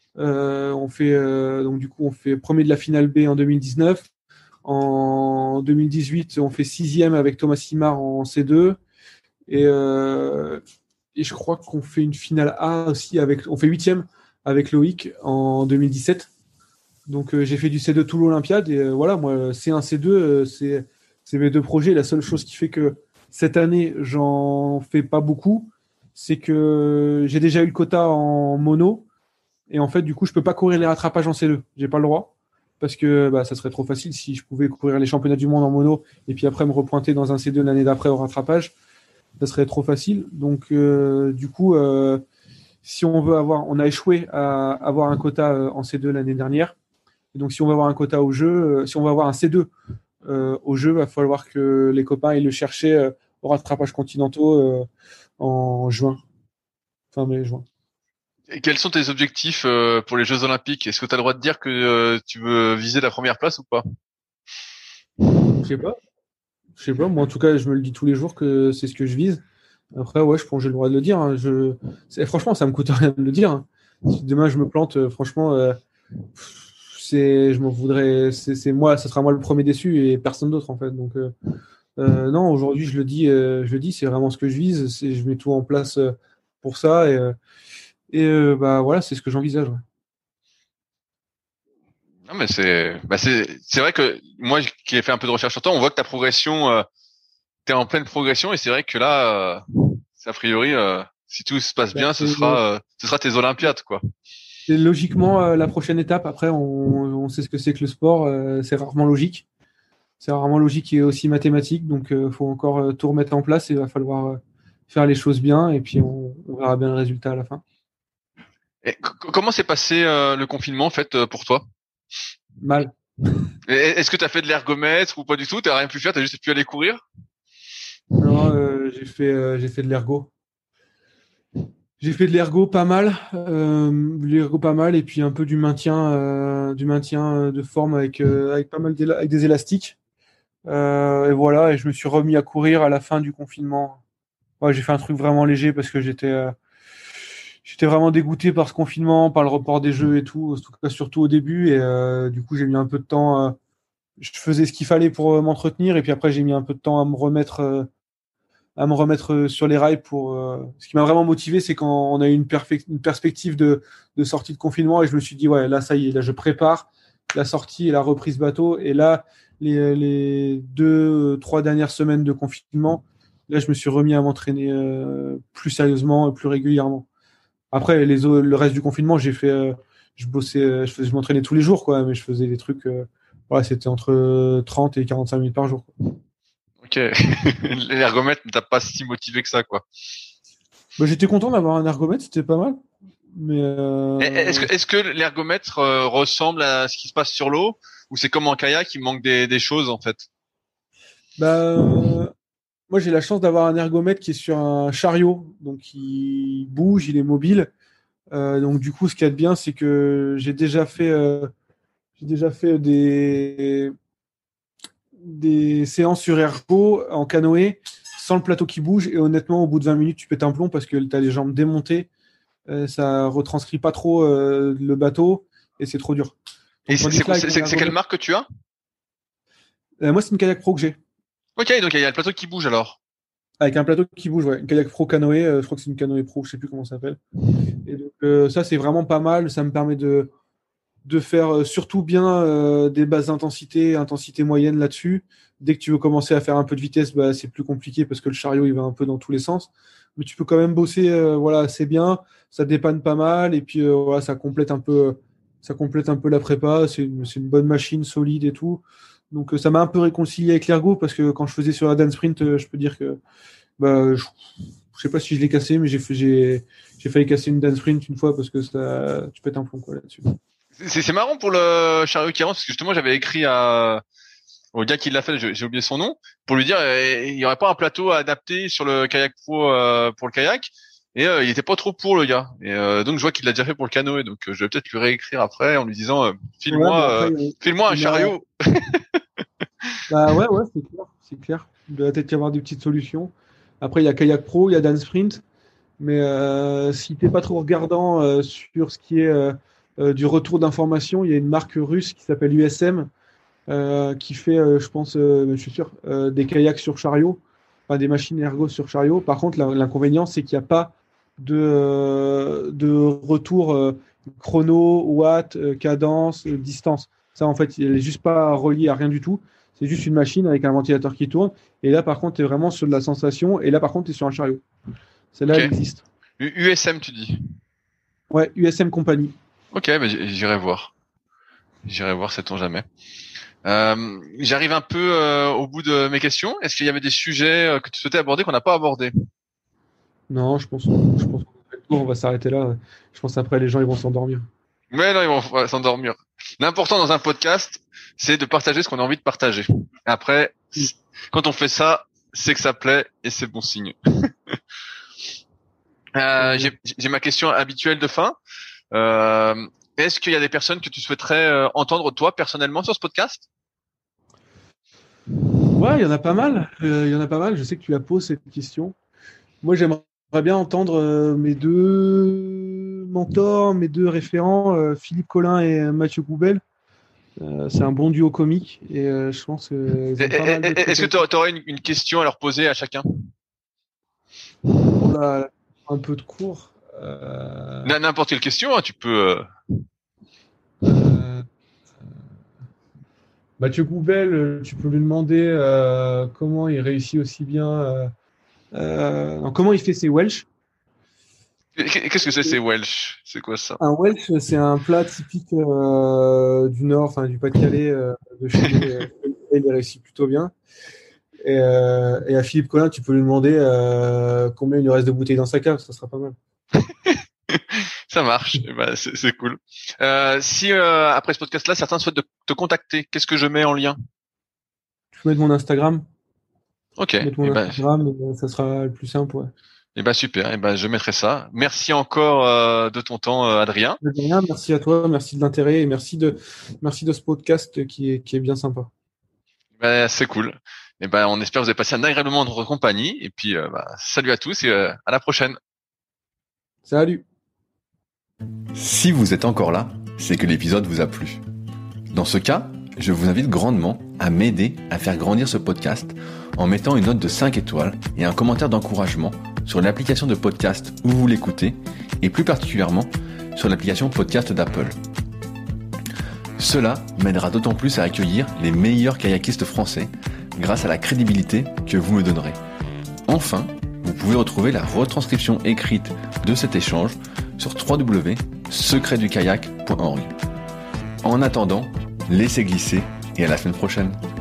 Donc du coup on fait premier de la finale B en 2019. En 2018, on fait sixième avec Thomas Simard en C2. Et je crois qu'on fait une finale A aussi on fait huitième avec Loïc en 2017. Donc j'ai fait du C2 tout l'Olympiade et voilà, moi C1, C2, c'est mes deux projets. La seule chose qui fait que cette année j'en fais pas beaucoup, c'est que j'ai déjà eu le quota en mono et en fait du coup je peux pas courir les rattrapages en C2, j'ai pas le droit parce que ça serait trop facile si je pouvais courir les championnats du monde en mono et puis après me repointer dans un C2 l'année d'après au rattrapage. Ça serait trop facile. Donc, du coup, si on veut on a échoué à avoir un quota en C2 l'année dernière. Et donc, si on veut avoir un quota au jeu, si on veut avoir un C2 au jeu, il va falloir que les copains aillent le chercher au rattrapage continentaux en juin, fin mai, juin. Et quels sont tes objectifs pour les Jeux Olympiques? Est-ce que tu as le droit de dire que tu veux viser la première place ou pas? Je sais pas. Moi en tout cas, je me le dis tous les jours que c'est ce que je vise. Après, ouais, je pense que j'ai le droit de le dire. Hein. Franchement, ça me coûte rien de le dire. Hein. Si demain je me plante, franchement, je m'en voudrais. C'est moi, ça sera moi le premier déçu et personne d'autre en fait. Donc, non, aujourd'hui, je le dis, c'est vraiment ce que je vise. Je mets tout en place pour ça voilà, c'est ce que j'envisage. Ouais. Non, mais c'est vrai que moi qui ai fait un peu de recherche sur toi, on voit que ta progression, t'es en pleine progression et c'est vrai que là, a priori, si tout se passe bien, ce sera tes Olympiades, quoi. C'est logiquement la prochaine étape. Après, on sait ce que c'est que le sport. C'est rarement logique. C'est rarement logique et aussi mathématique. Donc, il faut encore tout remettre en place et il va falloir faire les choses bien. Et puis, on verra bien le résultat à la fin. Et comment s'est passé le confinement, en fait, pour toi? Mal. Est-ce que tu as fait de l'ergomètre ou pas du tout? T'as rien pu faire? T'as juste pu aller courir? Non, j'ai fait de l'ergo. J'ai fait de l'ergo pas mal, et puis un peu du maintien de forme avec pas mal avec des élastiques. Et voilà, et je me suis remis à courir à la fin du confinement. Ouais, j'ai fait un truc vraiment léger parce que j'étais vraiment dégoûté par ce confinement, par le report des jeux et tout, en tout cas surtout au début. Et du coup, j'ai mis un peu de temps. Je faisais ce qu'il fallait pour m'entretenir, et puis après, j'ai mis un peu de temps à me remettre sur les rails ce qui m'a vraiment motivé, c'est quand on a eu une perspective de sortie de confinement et je me suis dit ouais, là ça y est, là je prépare la sortie et la reprise bateau, et là les 2-3 dernières semaines de confinement, là je me suis remis à m'entraîner plus sérieusement et plus régulièrement. Après le reste du confinement, j'ai fait je bossais, je m'entraînais tous les jours quoi, mais je faisais des trucs c'était entre 30 et 45 minutes par jour quoi. Ok. L'ergomètre ne t'a pas si motivé que ça, quoi. J'étais content d'avoir un ergomètre, c'était pas mal. Mais est-ce que l'ergomètre ressemble à ce qui se passe sur l'eau, ou c'est comme en kayak, il manque des choses en fait? Moi j'ai la chance d'avoir un ergomètre qui est sur un chariot, donc il bouge, il est mobile. Donc du coup, ce qu'il y a de bien, c'est que j'ai déjà fait des séances sur ergo en canoë sans le plateau qui bouge, et honnêtement au bout de 20 minutes tu pètes un plomb parce que tu as les jambes démontées, ça retranscrit pas trop le bateau et c'est trop dur. Donc, et c'est quelle marque que tu as? Moi, c'est une kayak pro que j'ai. Ok, donc il y a le plateau qui bouge alors. Avec un plateau qui bouge, ouais. Une kayak pro canoë, je crois que c'est une canoë pro, je sais plus comment ça s'appelle. Et donc, ça, c'est vraiment pas mal. Ça me permet de faire surtout bien des basses intensité moyenne là-dessus. Dès que tu veux commencer à faire un peu de vitesse, bah, c'est plus compliqué parce que le chariot, il va un peu dans tous les sens. Mais tu peux quand même bosser voilà, assez bien. Ça dépanne pas mal. Et puis, voilà, ça complète un peu la prépa. C'est une bonne machine, solide et tout. Donc, ça m'a un peu réconcilié avec l'ergo parce que quand je faisais sur la dance sprint, je peux dire que bah, je sais pas si je l'ai cassé, mais j'ai failli casser une dance sprint une fois parce que tu pètes un plomb quoi, là-dessus. C'est marrant pour le chariot qui avance, parce que justement, j'avais écrit au gars qui l'a fait, j'ai oublié son nom, pour lui dire, il y aurait pas un plateau adapté sur le kayak pro pour le kayak, et il était pas trop pour le gars. Et donc je vois qu'il l'a déjà fait pour le canoë, donc je vais peut-être lui réécrire après en lui disant, file-moi un chariot. Bah ouais, c'est clair. Il doit peut-être y avoir des petites solutions. Après, il y a kayak pro, il y a dance sprint, mais si t'es pas trop regardant sur ce qui est du retour d'information, il y a une marque russe qui s'appelle USM qui fait, je pense, je suis sûr, des kayaks sur chariot, enfin des machines ergo sur chariot. Par contre, l'inconvénient, c'est qu'il n'y a pas de retour chrono, watt, cadence, distance. Ça, en fait, il n'est juste pas relié à rien du tout. C'est juste une machine avec un ventilateur qui tourne. Et là, par contre, tu es vraiment sur de la sensation. Et là, par contre, tu es sur un chariot. Celle-là, elle existe. USM, tu dis? Ouais, USM Company. Ok, bah, j'irai voir. Sait-on jamais. J'arrive un peu au bout de mes questions. Est-ce qu'il y avait des sujets que tu souhaitais aborder qu'on n'a pas abordés? Non, je pense qu'on fait le tour, on va s'arrêter là. Je pense après les gens ils vont s'endormir. Mais non, ils vont s'endormir. L'important dans un podcast, c'est de partager ce qu'on a envie de partager. Après, quand on fait ça, c'est que ça plaît et c'est bon signe. J'ai ma question habituelle de fin. Est-ce qu'il y a des personnes que tu souhaiterais entendre toi personnellement sur ce podcast? Ouais, il y en a pas mal. Je sais que tu la poses cette question. Moi, j'aimerais bien entendre mes deux mentors, mes deux référents, Philippe Collin et Mathieu Goubel. C'est un bon duo comique et je pense que. Est-ce que tu aurais une question à leur poser à chacun? On a un peu de cours. N'importe quelle question, hein, tu peux. Mathieu Goubel, tu peux lui demander comment il réussit aussi bien. Comment il fait ses Welsh. Qu'est-ce que c'est ces Welsh? C'est quoi ça? Un Welsh, c'est un plat typique du Nord, enfin du Pas-de-Calais, de chez nous. Il réussit plutôt bien. Et à Philippe Collin, tu peux lui demander combien il lui reste de bouteilles dans sa cave, ça sera pas mal. Ça marche, bah, c'est cool. Si après ce podcast-là, certains souhaitent te contacter, qu'est-ce que je mets en lien? Tu peux mettre mon Instagram. Ok. Mettre mon Instagram, ça sera le plus simple, ouais. Et bah super, et bah je mettrai ça. Merci encore de ton temps, Adrien. Merci à toi, merci de l'intérêt et merci de ce podcast qui est bien sympa. Bah, c'est cool. Et ben on espère que vous avez passé un agréable moment dans notre compagnie. Et puis salut à tous et à la prochaine. Salut. Si vous êtes encore là, c'est que l'épisode vous a plu. Dans ce cas, je vous invite grandement à m'aider à faire grandir ce podcast en mettant une note de 5 étoiles et un commentaire d'encouragement sur l'application de podcast où vous l'écoutez et plus particulièrement sur l'application podcast d'Apple. Cela m'aidera d'autant plus à accueillir les meilleurs kayakistes français grâce à la crédibilité que vous me donnerez. Enfin, vous pouvez retrouver la retranscription écrite de cet échange sur www.secretdukayak.org. En attendant, laissez glisser et à la semaine prochaine.